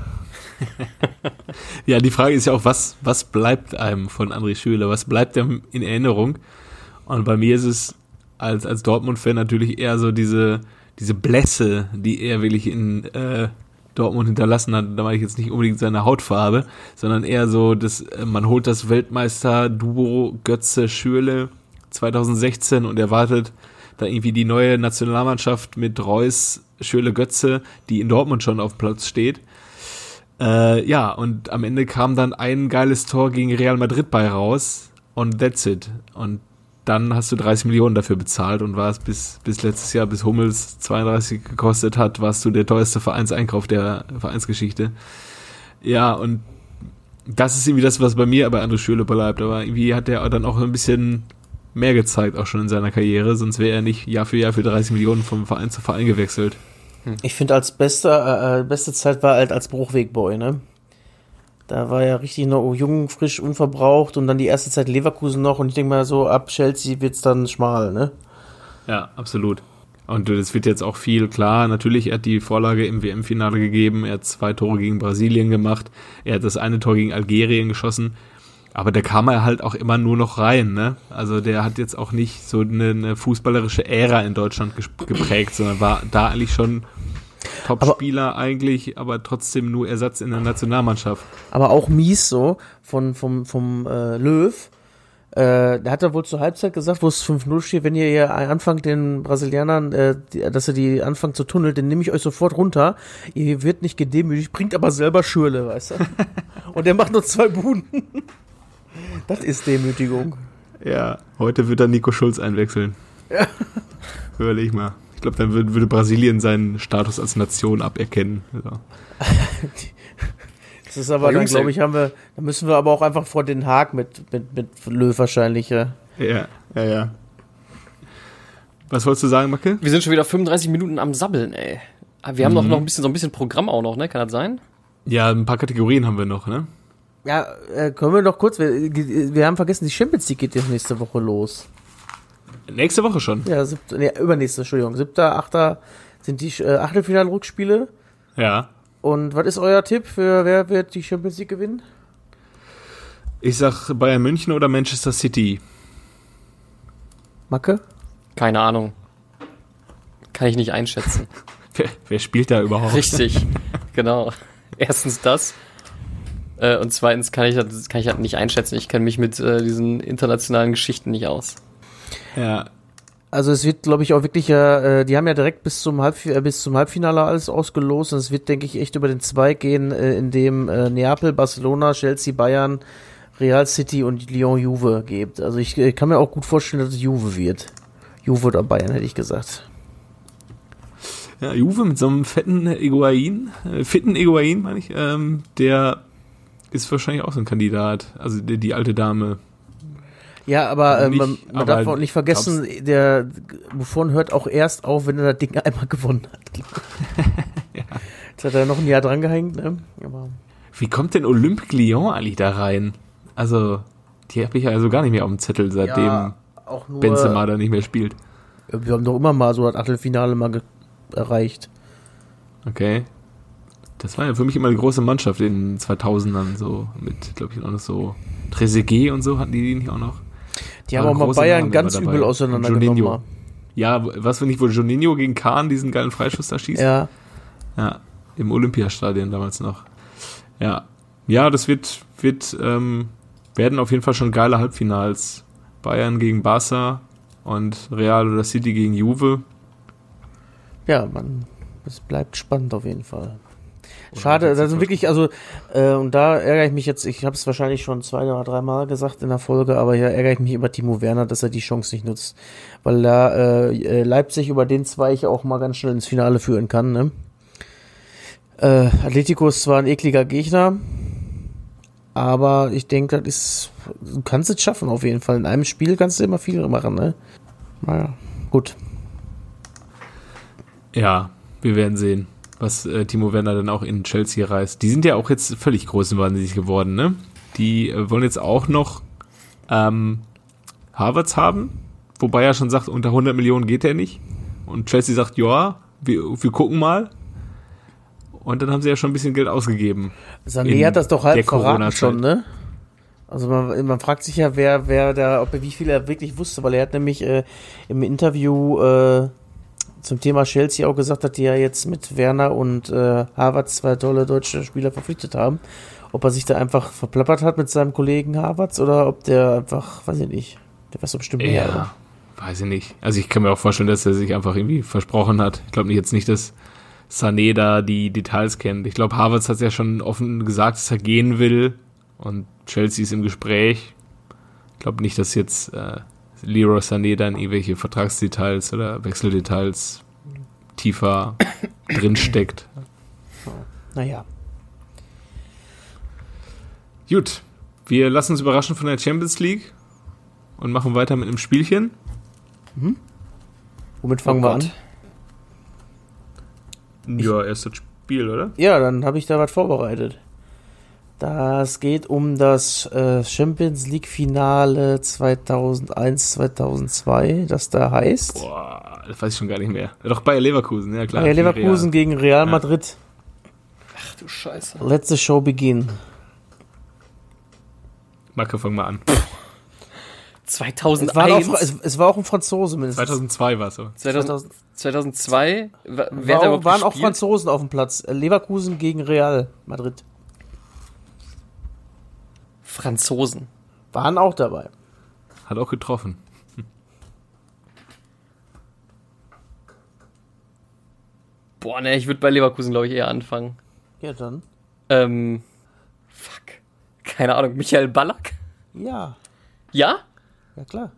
Ja, die Frage ist ja auch, was, was bleibt einem von André Schürrle? Was bleibt einem in Erinnerung? Und bei mir ist es als, als Dortmund-Fan natürlich eher so diese, diese Blässe, die er wirklich in äh, Dortmund hinterlassen hat. Da meine ich jetzt nicht unbedingt seine Hautfarbe, sondern eher so, dass man holt das Weltmeister-Duo Götze-Schürrle zweitausendsechzehn und erwartet da irgendwie die neue Nationalmannschaft mit Reus, Schürrle, Götze, die in Dortmund schon auf dem Platz steht. Äh, ja, und am Ende kam dann ein geiles Tor gegen Real Madrid bei raus und that's it. Und dann hast du dreißig Millionen dafür bezahlt und warst bis, bis letztes Jahr, bis Hummels zweiunddreißig gekostet hat, warst du der teuerste Vereinseinkauf der Vereinsgeschichte. Ja, und das ist irgendwie das, was bei mir bei André Schürrle bleibt. Aber irgendwie hat er dann auch ein bisschen mehr gezeigt, auch schon in seiner Karriere, sonst wäre er nicht Jahr für Jahr für dreißig Millionen vom Verein zu Verein gewechselt. Ich finde, als beste, äh, beste Zeit war halt als Bruchwegboy, ne? Da war er richtig noch jung, frisch, unverbraucht und dann die erste Zeit Leverkusen noch und ich denke mal so, ab Chelsea wird's dann schmal, ne? Ja, absolut. Und es wird jetzt auch viel klar, natürlich, er hat die Vorlage im W M-Finale gegeben, er hat zwei Tore gegen Brasilien gemacht, er hat das eine Tor gegen Algerien geschossen, aber da kam er halt auch immer nur noch rein, ne? Also der hat jetzt auch nicht so eine, eine fußballerische Ära in Deutschland geprägt, sondern war da eigentlich schon Top-Spieler aber, eigentlich, aber trotzdem nur Ersatz in der Nationalmannschaft. Aber auch mies so von vom vom äh, Löw. Äh, der hat da wohl zur Halbzeit gesagt, wo es fünf null steht, wenn ihr hier anfangt, den Brasilianern, äh, die, dass ihr die anfangen zu tunneln, dann nehme ich euch sofort runter. Ihr wird nicht gedemütigt, bringt aber selber Schürrle, weißt du? Und der macht nur zwei Buden. Das ist Demütigung. Ja, heute wird dann Nico Schulz einwechseln. Ja. Überleg mal. Ich glaube, dann würde, würde Brasilien seinen Status als Nation aberkennen. So. Das ist aber, aber dann glaube ich, haben wir, da müssen wir aber auch einfach vor Den Haag mit, mit, mit Löw wahrscheinlich, ja. Ja, ja, ja. Was wolltest du sagen, Macke? Wir sind schon wieder fünfunddreißig Minuten am Sabbeln, ey. Wir haben mhm. doch noch ein bisschen, so ein bisschen Programm auch noch, ne? Kann das sein? Ja, ein paar Kategorien haben wir noch, ne? Ja, äh, können wir noch kurz, wir, wir haben vergessen, die Champions League geht jetzt nächste Woche los. Nächste Woche schon? Ja, siebte, nee, übernächste, Entschuldigung. Siebter, achter sind die äh, Achtelfinal-Rückspiele. Ja. Und was ist euer Tipp für wer wird die Champions League gewinnen? Ich sag Bayern München oder Manchester City. Macke? Keine Ahnung. Kann ich nicht einschätzen. wer, wer spielt da überhaupt? Richtig, genau. Erstens das. Äh, und zweitens kann ich das kann ich das nicht einschätzen. Ich kenne mich mit äh, diesen internationalen Geschichten nicht aus. Ja. Also es wird, glaube ich, auch wirklich ja, äh, die haben ja direkt bis zum Halb, äh, bis zum Halbfinale alles ausgelost und es wird, denke ich, echt über den Zweig gehen, äh, in dem äh, Neapel, Barcelona, Chelsea, Bayern, Real City und Lyon Juve gibt. Also ich äh, kann mir auch gut vorstellen, dass es Juve wird. Juve oder Bayern, hätte ich gesagt. Ja, Juve mit so einem fetten Higuain, äh, fitten Higuain, meine ich, ähm, der ist wahrscheinlich auch so ein Kandidat. Also die, die alte Dame. Ja, aber äh, man, man aber darf auch nicht vergessen, der Buffon hört auch erst auf, wenn er das Ding einmal gewonnen hat. Ja. Jetzt hat er noch ein Jahr dran gehängt, ne? Aber wie kommt denn Olympique Lyon eigentlich da rein? Also, die habe ich also gar nicht mehr auf dem Zettel, seitdem ja, auch nur, Benzema da nicht mehr spielt. Wir haben doch immer mal so das Achtelfinale mal ge- erreicht. Okay. Das war ja für mich immer eine große Mannschaft in den zweitausendern, so mit, glaube ich, auch noch so Trezeguet und so, hatten die die nicht auch noch? Die haben auch mal Bayern Namen ganz übel auseinandergenommen. Ja, was, wenn nicht, wo Juninho gegen Kahn diesen geilen Freischuss da schießt? Ja. Ja, im Olympiastadion damals noch. Ja, ja, das wird, wird ähm, werden auf jeden Fall schon geile Halbfinals. Bayern gegen Barca und Real oder City gegen Juve. Ja, man, es bleibt spannend auf jeden Fall. Schade, das sind wirklich, also, äh, und da ärgere ich mich jetzt, ich habe es wahrscheinlich schon zwei oder drei Mal gesagt in der Folge, aber hier ärgere ich mich über Timo Werner, dass er die Chance nicht nutzt. Weil da äh, Leipzig über den Zweig auch mal ganz schnell ins Finale führen kann, ne? Äh, Atletico ist zwar ein ekliger Gegner, aber ich denke, das ist, du kannst es schaffen auf jeden Fall. In einem Spiel kannst du immer viel machen, ne? Naja, gut. Ja, wir werden sehen, was äh, Timo Werner dann auch in Chelsea reißt. Die sind ja auch jetzt völlig größenwahnsinnig geworden, ne? Die äh, wollen jetzt auch noch ähm, Havertz haben, wobei er schon sagt, unter hundert Millionen geht er nicht. Und Chelsea sagt, ja, wir, wir gucken mal. Und dann haben sie ja schon ein bisschen Geld ausgegeben. Sané hat das doch halb verraten schon, ne? Also man, man fragt sich ja, wer, wer da, ob er wie viel er wirklich wusste, weil er hat nämlich äh, im Interview äh, zum Thema Chelsea auch gesagt, dass die ja jetzt mit Werner und äh, Havertz zwei tolle deutsche Spieler verpflichtet haben. Ob er sich da einfach verplappert hat mit seinem Kollegen Havertz oder ob der einfach, weiß ich nicht, der weiß doch bestimmt mehr. Ja, oder? Weiß ich nicht. Also ich kann mir auch vorstellen, dass er sich einfach irgendwie versprochen hat. Ich glaube jetzt nicht, dass Sané da die Details kennt. Ich glaube, Havertz hat ja schon offen gesagt, dass er gehen will und Chelsea ist im Gespräch. Ich glaube nicht, dass jetzt äh, Leroy Sané dann irgendwelche Vertragsdetails oder Wechseldetails tiefer drinsteckt. Naja. Gut, wir lassen uns überraschen von der Champions League und machen weiter mit einem Spielchen. Mhm. Womit fangen oh wir an? Ja, erst das Spiel, oder? Ja, dann habe ich da was vorbereitet. Das geht um das äh, Champions League Finale zweitausendeins zweitausendzwei, das da heißt. Boah, das weiß ich schon gar nicht mehr. Doch Bayer Leverkusen, ja klar. Bayer Leverkusen gegen Real Madrid. Ach du Scheiße. Let the show begin. Marco, fang mal an. zweitausendeins? Es war auch, es, es war auch ein Franzose mindestens. zweitausendzwei war es so. zweitausend, zweitauszwei? Wer war, war, waren auch Franzosen auf dem Platz. Leverkusen gegen Real Madrid. Franzosen. Waren auch dabei. Hat auch getroffen. Boah, ne, ich würde bei Leverkusen, glaube ich, eher anfangen. Ja, dann. Ähm, fuck. Keine Ahnung, Michael Ballack? Ja. Ja? Ja, klar.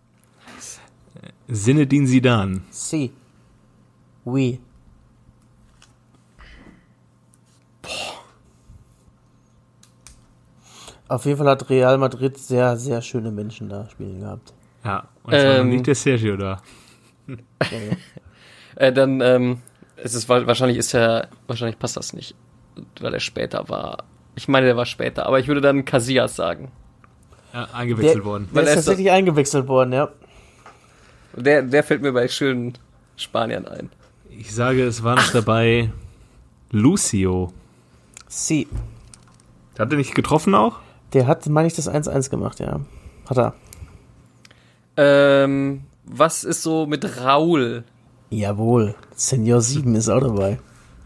Zinedine Zidane. Si. Oui. Boah. Auf jeden Fall hat Real Madrid sehr, sehr schöne Menschen da spielen gehabt. Ja, und es ähm, war noch nicht der Sergio da. äh, dann, ähm, es ist wahrscheinlich ist er, wahrscheinlich passt das nicht, weil er später war. Ich meine, der war später, aber ich würde dann Casillas sagen. Ja, eingewechselt der, worden. Der ist tatsächlich so, eingewechselt worden, ja. Der, der fällt mir bei schönen Spaniern ein. Ich sage, es war noch Ach. dabei Lucio. Sie. Hat er nicht getroffen auch? Der hat, meine ich, das eins eins gemacht, ja. Hat er. Ähm, was ist so mit Raúl? Jawohl, Senior sieben ist auch dabei.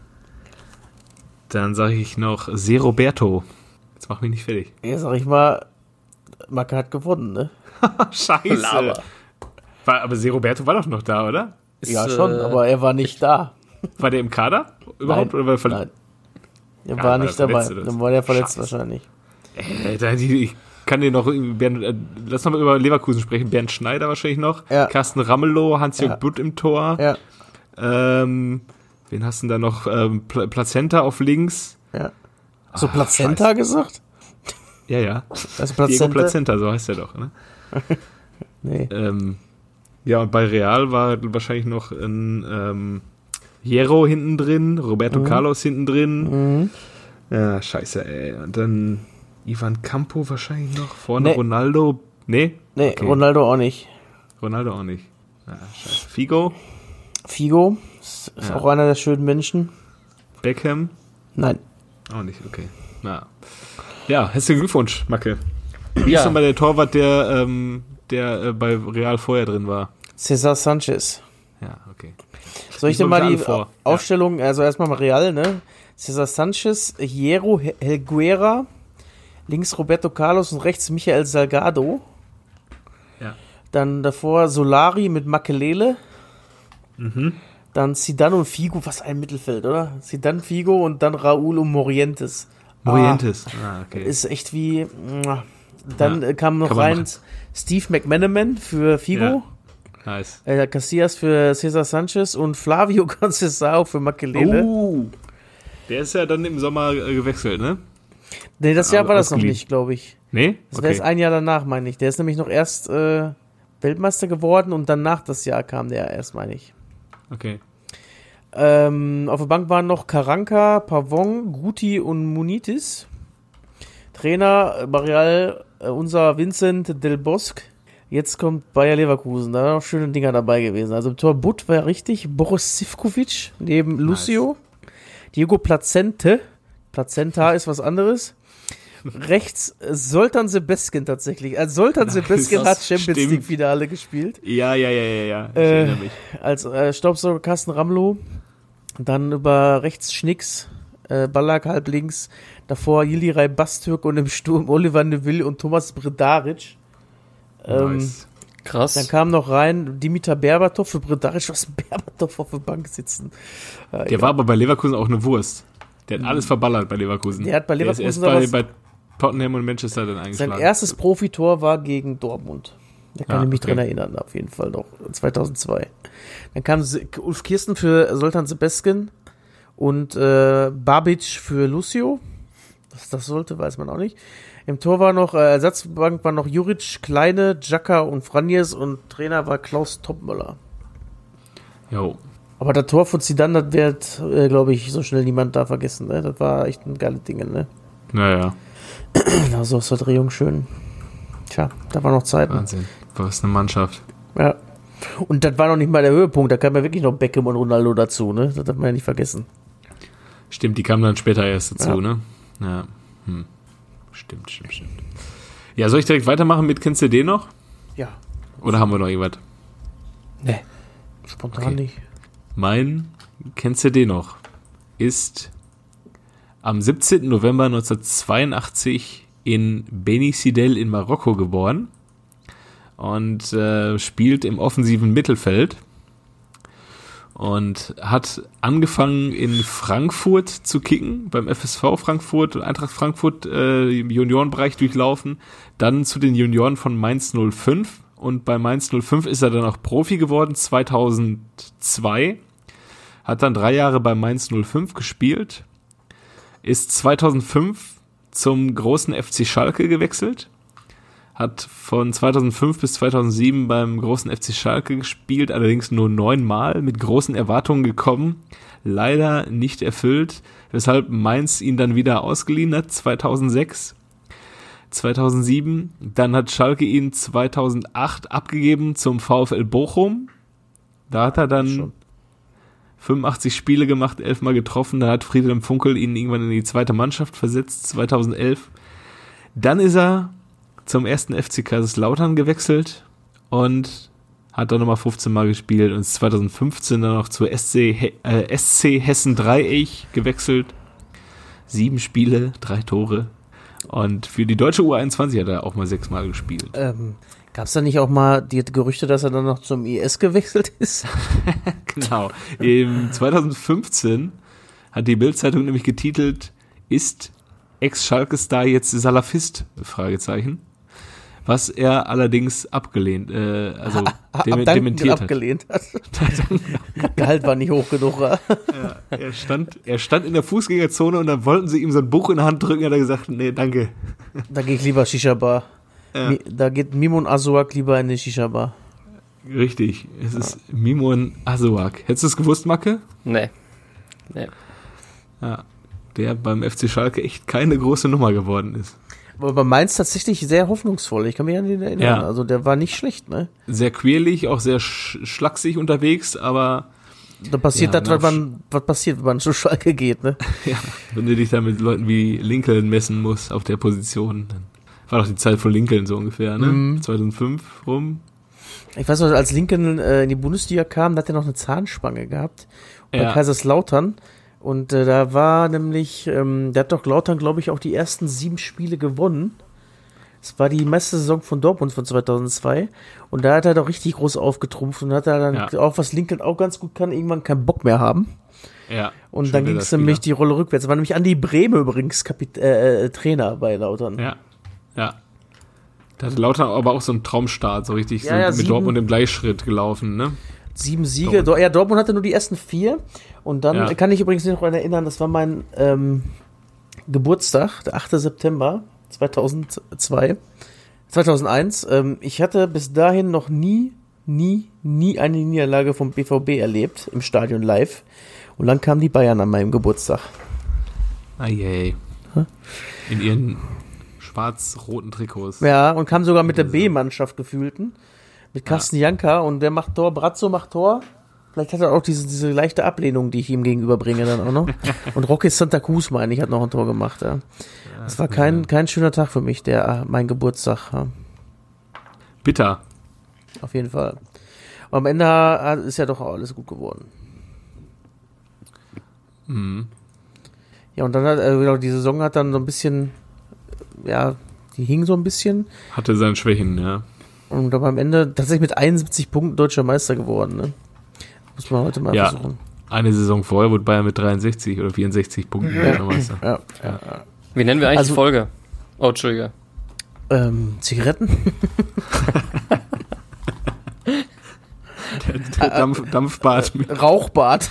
Dann sage ich noch Se Roberto. Jetzt mach mich nicht fertig. Ja, sag ich mal, Macke hat gewonnen, ne? Scheiße. Lava. War, aber Se Roberto war doch noch da, oder? Ist, ja, schon, äh, aber er war nicht ich, da. War der im Kader überhaupt? Nein, oder war nein. Er ja, war, war nicht dabei. Dann war der verletzt Scheiße. wahrscheinlich. Äh, ich kann dir noch, Bernd, äh, lass noch mal über Leverkusen sprechen. Bernd Schneider wahrscheinlich noch. Ja. Carsten Ramelow, Hans-Jörg ja. Butt im Tor. Ja. Ähm, wen hast du denn da noch? Ähm, Pl- Plazenta auf links. Ja. Hast du Plazenta Scheiße. gesagt? Ja, ja. Also Plazenta? Diego Plazenta, so heißt er doch, ne? Nee. Ähm, ja, und bei Real war wahrscheinlich noch ein ähm, Hierro hinten drin, Roberto mhm. Carlos hinten drin. Mhm. Ja, scheiße, ey. Und dann Ivan Campo wahrscheinlich noch. Vorne nee. Ronaldo. Nee? Nee, okay. Ronaldo auch nicht. Ronaldo auch nicht. Ja, scheiße. Figo? Figo. Ist ja. auch einer der schönen Menschen. Beckham? Nein. Auch nicht, okay. Na. Ja, herzlichen Glückwunsch, Macke. Wie ja. ist nochmal der Torwart, der, ähm, der äh, bei Real vorher drin war? César Sanchez. Ja, okay. Soll ich dir mal die vor. Aufstellung, also erstmal mal Real, ne? César Sanchez, Hierro Helguera, links Roberto Carlos und rechts Michael Salgado. Ja. Dann davor Solari mit Makelele. Mhm. Dann Zidane und Figo, was ein Mittelfeld, oder? Zidane, Figo und dann Raúl und Morientes. Morientes, ah, okay. Ist echt wie... Dann ja, kam noch rein machen. Steve McManaman für Figo. Ja. Nice. Äh, Casillas für César Sanchez und Flavio Conceição für Makelele. Oh, der ist ja dann im Sommer äh, gewechselt, ne? Nee, das Jahr war das noch nicht, glaube ich. Nee? Das wäre okay. ein Jahr danach, meine ich. Der ist nämlich noch erst äh, Weltmeister geworden und danach das Jahr kam der erst, meine ich. Okay. Ähm, auf der Bank waren noch Karanka, Pavon, Guti und Munitis. Trainer bei Real, äh, unser Vincent Del Bosque. Jetzt kommt Bayer Leverkusen, da waren noch schöne Dinger dabei gewesen. Also im Tor Butt war richtig, Boris Sivkovic neben Lucio, nice. Diego Plazente, Plazenta ist was anderes. Rechts Zoltan Sebeskin tatsächlich. Also Zoltan Sebeskin hat Champions League Finale gespielt. Ja, ja, ja, ja, ja. Ich äh, erinnere mich. Als äh, Staubsauger Carsten Ramelow. Dann über rechts Schnicks, äh, Ballack halb links. Davor Yildiray Bastürk und im Sturm Oliver Neville und Thomas Bredaric. Ähm, nice. Krass. Dann kam noch rein Dimitar Berbatov für Bredaric, was Berbatov auf der Bank sitzen. Äh, der ja. war aber bei Leverkusen auch eine Wurst. Der hat alles verballert bei Leverkusen. Der hat bei Leverkusen der ist erst bei, bei Tottenham und Manchester dann eingeschlagen. Sein erstes Profitor war gegen Dortmund. Da kann ja, ich mich okay. dran erinnern, auf jeden Fall noch. zweitausendzwei. Dann kam Ulf Kirsten für Zoltan Sebeskin und äh, Babic für Lucio. Was das sollte, weiß man auch nicht. Im Tor war noch, äh, Ersatzbank war noch Juric, Kleine, Džaka und Franjes und Trainer war Klaus Toppmöller. Jo. Aber das Tor von Zidane, das wird, äh, glaube ich, so schnell niemand da vergessen. Ne? Das war echt ein geiles Ding, ne? Naja. Da so aus der Drehung schön. Tja, da war noch Zeit. Wahnsinn. Was eine Mannschaft. Ja. Und das war noch nicht mal der Höhepunkt. Da kam ja wirklich noch Beckham und Ronaldo dazu, ne? Das darf man ja nicht vergessen. Stimmt, die kamen dann später erst dazu, ja. ne? Ja. Hm. Stimmt, stimmt, stimmt. Ja, soll ich direkt weitermachen mit kennst du den noch? Ja. Oder haben wir noch irgendwas? Nee. Spontan okay. nicht. Mein kennst du den noch ist am siebzehnten November neunzehnhundertzweiundachtzig in Beni Sidel in Marokko geboren und äh, spielt im offensiven Mittelfeld und hat angefangen in Frankfurt zu kicken, beim F S V Frankfurt, Eintracht Frankfurt äh, im Juniorenbereich durchlaufen, dann zu den Junioren von Mainz null fünf und bei Mainz null fünf ist er dann auch Profi geworden, zweitausendzwei, hat dann drei Jahre bei Mainz null fünf gespielt, ist zweitausendfünf zum großen F C Schalke gewechselt. Hat von zweitausendfünf bis zweitausendsieben beim großen F C Schalke gespielt, allerdings nur neunmal, mit großen Erwartungen gekommen, leider nicht erfüllt, weshalb Mainz ihn dann wieder ausgeliehen hat, zweitausendsechs, zweitausendsieben. Dann hat Schalke ihn zweitausendacht abgegeben zum VfL Bochum. Da hat er dann Schon. fünfundachtzig Spiele gemacht, elfmal getroffen. Da hat Friedhelm Funkel ihn irgendwann in die zweite Mannschaft versetzt, zweitausendelf. Dann ist er zum ersten F C Kaiserslautern gewechselt und hat dann nochmal fünfzehn Mal gespielt und ist zweitausendfünfzehn dann noch zur S C, äh, S C Hessen Dreieich gewechselt. Sieben Spiele, drei Tore. Und für die deutsche U einundzwanzig hat er auch mal sechsmal gespielt. Ähm, Gab es da nicht auch mal die Gerüchte, dass er dann noch zum I S gewechselt ist? Genau. Im zweitausendfünfzehn hat die Bild-Zeitung nämlich getitelt, ist Ex-Schalke-Star jetzt Salafist? Fragezeichen. Was er allerdings abgelehnt, äh, also dem, dementiert hat. abgelehnt hat. Gehalt war nicht hoch genug. Ja, er, stand, er stand in der Fußgängerzone und dann wollten sie ihm so ein Buch in die Hand drücken, hat er gesagt, nee, danke. Da gehe ich lieber Shisha-Bar. Ja. Da geht Mimon Azuak lieber in eine Shisha-Bar. Richtig, es ist ja. Mimon Azuak. Hättest du es gewusst, Macke? Nee. Nee. Ja, der beim F C Schalke echt keine große Nummer geworden ist. Aber bei Mainz tatsächlich sehr hoffnungsvoll. Ich kann mich an ihn erinnern. Ja. Also der war nicht schlecht, ne? Sehr quirlig, auch sehr sch- schlaksig unterwegs, aber da passiert ja, das, was, man, was passiert, wenn man zu Schalke geht, ne? Ja, wenn du dich da mit Leuten wie Lincoln messen musst auf der Position, dann war doch die Zeit von Lincoln so ungefähr, ne? Mhm. zweitausendfünf rum. Ich weiß noch, als Lincoln äh, in die Bundesliga kam, da hat er noch eine Zahnspange gehabt. Bei ja. Kaiserslautern. Und äh, da war nämlich, ähm, der hat doch Lautern, glaube ich, auch die ersten sieben Spiele gewonnen. Es war die Meistersaison von Dortmund von zweitausendzwei. Und da hat er doch richtig groß aufgetrumpft und hat er dann ja. auch, was Lincoln auch ganz gut kann, irgendwann keinen Bock mehr haben. Ja. Und dann ging es nämlich die Rolle rückwärts. Das war nämlich Andi Brehme übrigens Kapit- äh, Trainer bei Lautern. Ja, ja. Da hat Lautern aber auch so einen Traumstart, so richtig ja, so ja, mit sieben, Dortmund im Gleichschritt gelaufen, ne? Sieben Siege. Dortmund. Ja, Dortmund hatte nur die ersten vier. Und dann ja. kann ich übrigens noch daran erinnern, das war mein ähm, Geburtstag, der achter September zweitausendzwei, zweitausendeins. Ähm, ich hatte bis dahin noch nie, nie, nie eine Niederlage vom B V B erlebt, im Stadion live. Und dann kamen die Bayern an meinem Geburtstag. Eieiei. In ihren schwarz-roten Trikots. Ja, und kam sogar mit der B-Mannschaft gefühlten. Mit Carsten ja. Janka und der macht Tor, Brazzo macht Tor. Vielleicht hat er auch diese, diese leichte Ablehnung, die ich ihm gegenüberbringe dann auch noch. Und Rocky Santa Cruz, meine ich, hat noch ein Tor gemacht. Ja. Das war kein, kein schöner Tag für mich, der mein Geburtstag. Ja. Bitter. Auf jeden Fall. Und am Ende ist ja doch auch alles gut geworden. Mhm. Ja, und dann hat, äh, die Saison hat dann so ein bisschen, ja, die hing so ein bisschen. Hatte seine Schwächen, ja. Und aber am Ende tatsächlich mit einundsiebzig Punkten deutscher Meister geworden, ne? Muss man heute mal ja, versuchen. Eine Saison vorher wurde Bayern mit dreiundsechzig oder vierundsechzig Punkten deutscher Meister. Ja, ja, ja. Wie nennen wir eigentlich also, die Folge? Oh, Entschuldige. Ähm, Zigaretten? der der Dampf, Dampfbad. Rauchbad.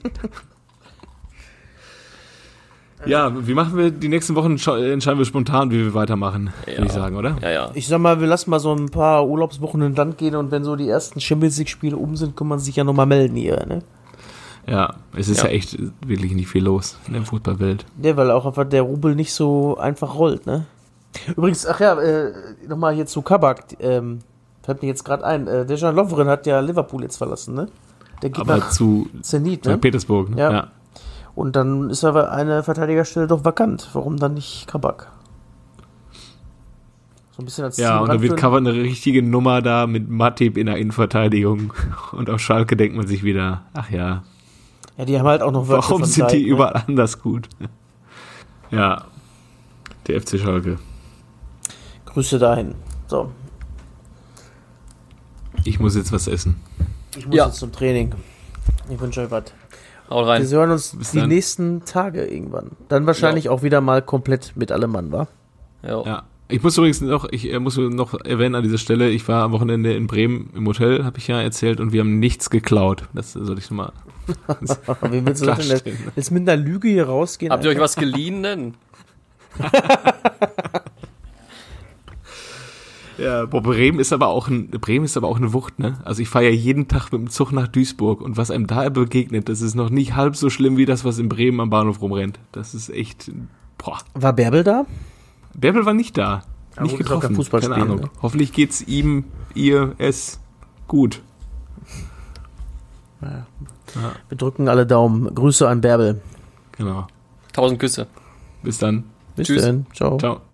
Ja, wie machen wir die nächsten Wochen? Entscheiden wir spontan, wie wir weitermachen, ja. würde ich sagen, oder? Ja, ja. Ich sag mal, wir lassen mal so ein paar Urlaubswochen in Land gehen und wenn so die ersten Champions League-Spiele um sind, kann man sich ja nochmal melden hier, ne? Ja, es ist ja. ja echt wirklich nicht viel los in der Fußballwelt. Ja, weil auch einfach der Rubel nicht so einfach rollt, ne? Übrigens, ach ja, äh, nochmal hier zu Kabak, ähm, fällt mir jetzt gerade ein, äh, Dejan Lovren hat ja Liverpool jetzt verlassen, ne? Der geht Aber nach zu Zenit, ne? Sankt Petersburg, ne? Ja. ja. Und dann ist aber eine Verteidigerstelle doch vakant. Warum dann nicht Kabak? So ein bisschen als Ja, und dann wird Kabak eine richtige Nummer da mit Matip in der Innenverteidigung. Und auf Schalke denkt man sich wieder, ach ja. Ja, die haben halt auch noch Warum sind Zeit, die ne? überall anders gut? Ja, der F C Schalke. Grüße dahin. So. Ich muss jetzt was essen. Ich muss ja. jetzt zum Training. Ich wünsche euch was. Haut rein. Wir hören uns Bis die dann. nächsten Tage irgendwann. Dann wahrscheinlich ja. auch wieder mal komplett mit allem Mann, wa? Ja. ja. Ich muss übrigens noch, ich äh, muss noch erwähnen an dieser Stelle, ich war am Wochenende in Bremen im Hotel, habe ich ja erzählt, und wir haben nichts geklaut. Das sollte ich nochmal. Wie willst du das denn jetzt mit einer Lüge hier rausgehen? Habt ihr euch was geliehen denn? Ja, boah, Bremen ist aber auch ein, Bremen ist aber auch eine Wucht, ne? Also ich fahre ja jeden Tag mit dem Zug nach Duisburg und was einem da begegnet, das ist noch nicht halb so schlimm wie das, was in Bremen am Bahnhof rumrennt. Das ist echt, boah. War Bärbel da? Bärbel war nicht da. Ja, nicht gut, getroffen. kein Fußballspiel, Keine Ahnung. ne? Hoffentlich geht's ihm, ihr, es gut. Ja. Ja. Wir drücken alle Daumen. Grüße an Bärbel. Genau. Tausend Küsse. Bis dann. Bis Tschüss. dann. Ciao. Ciao.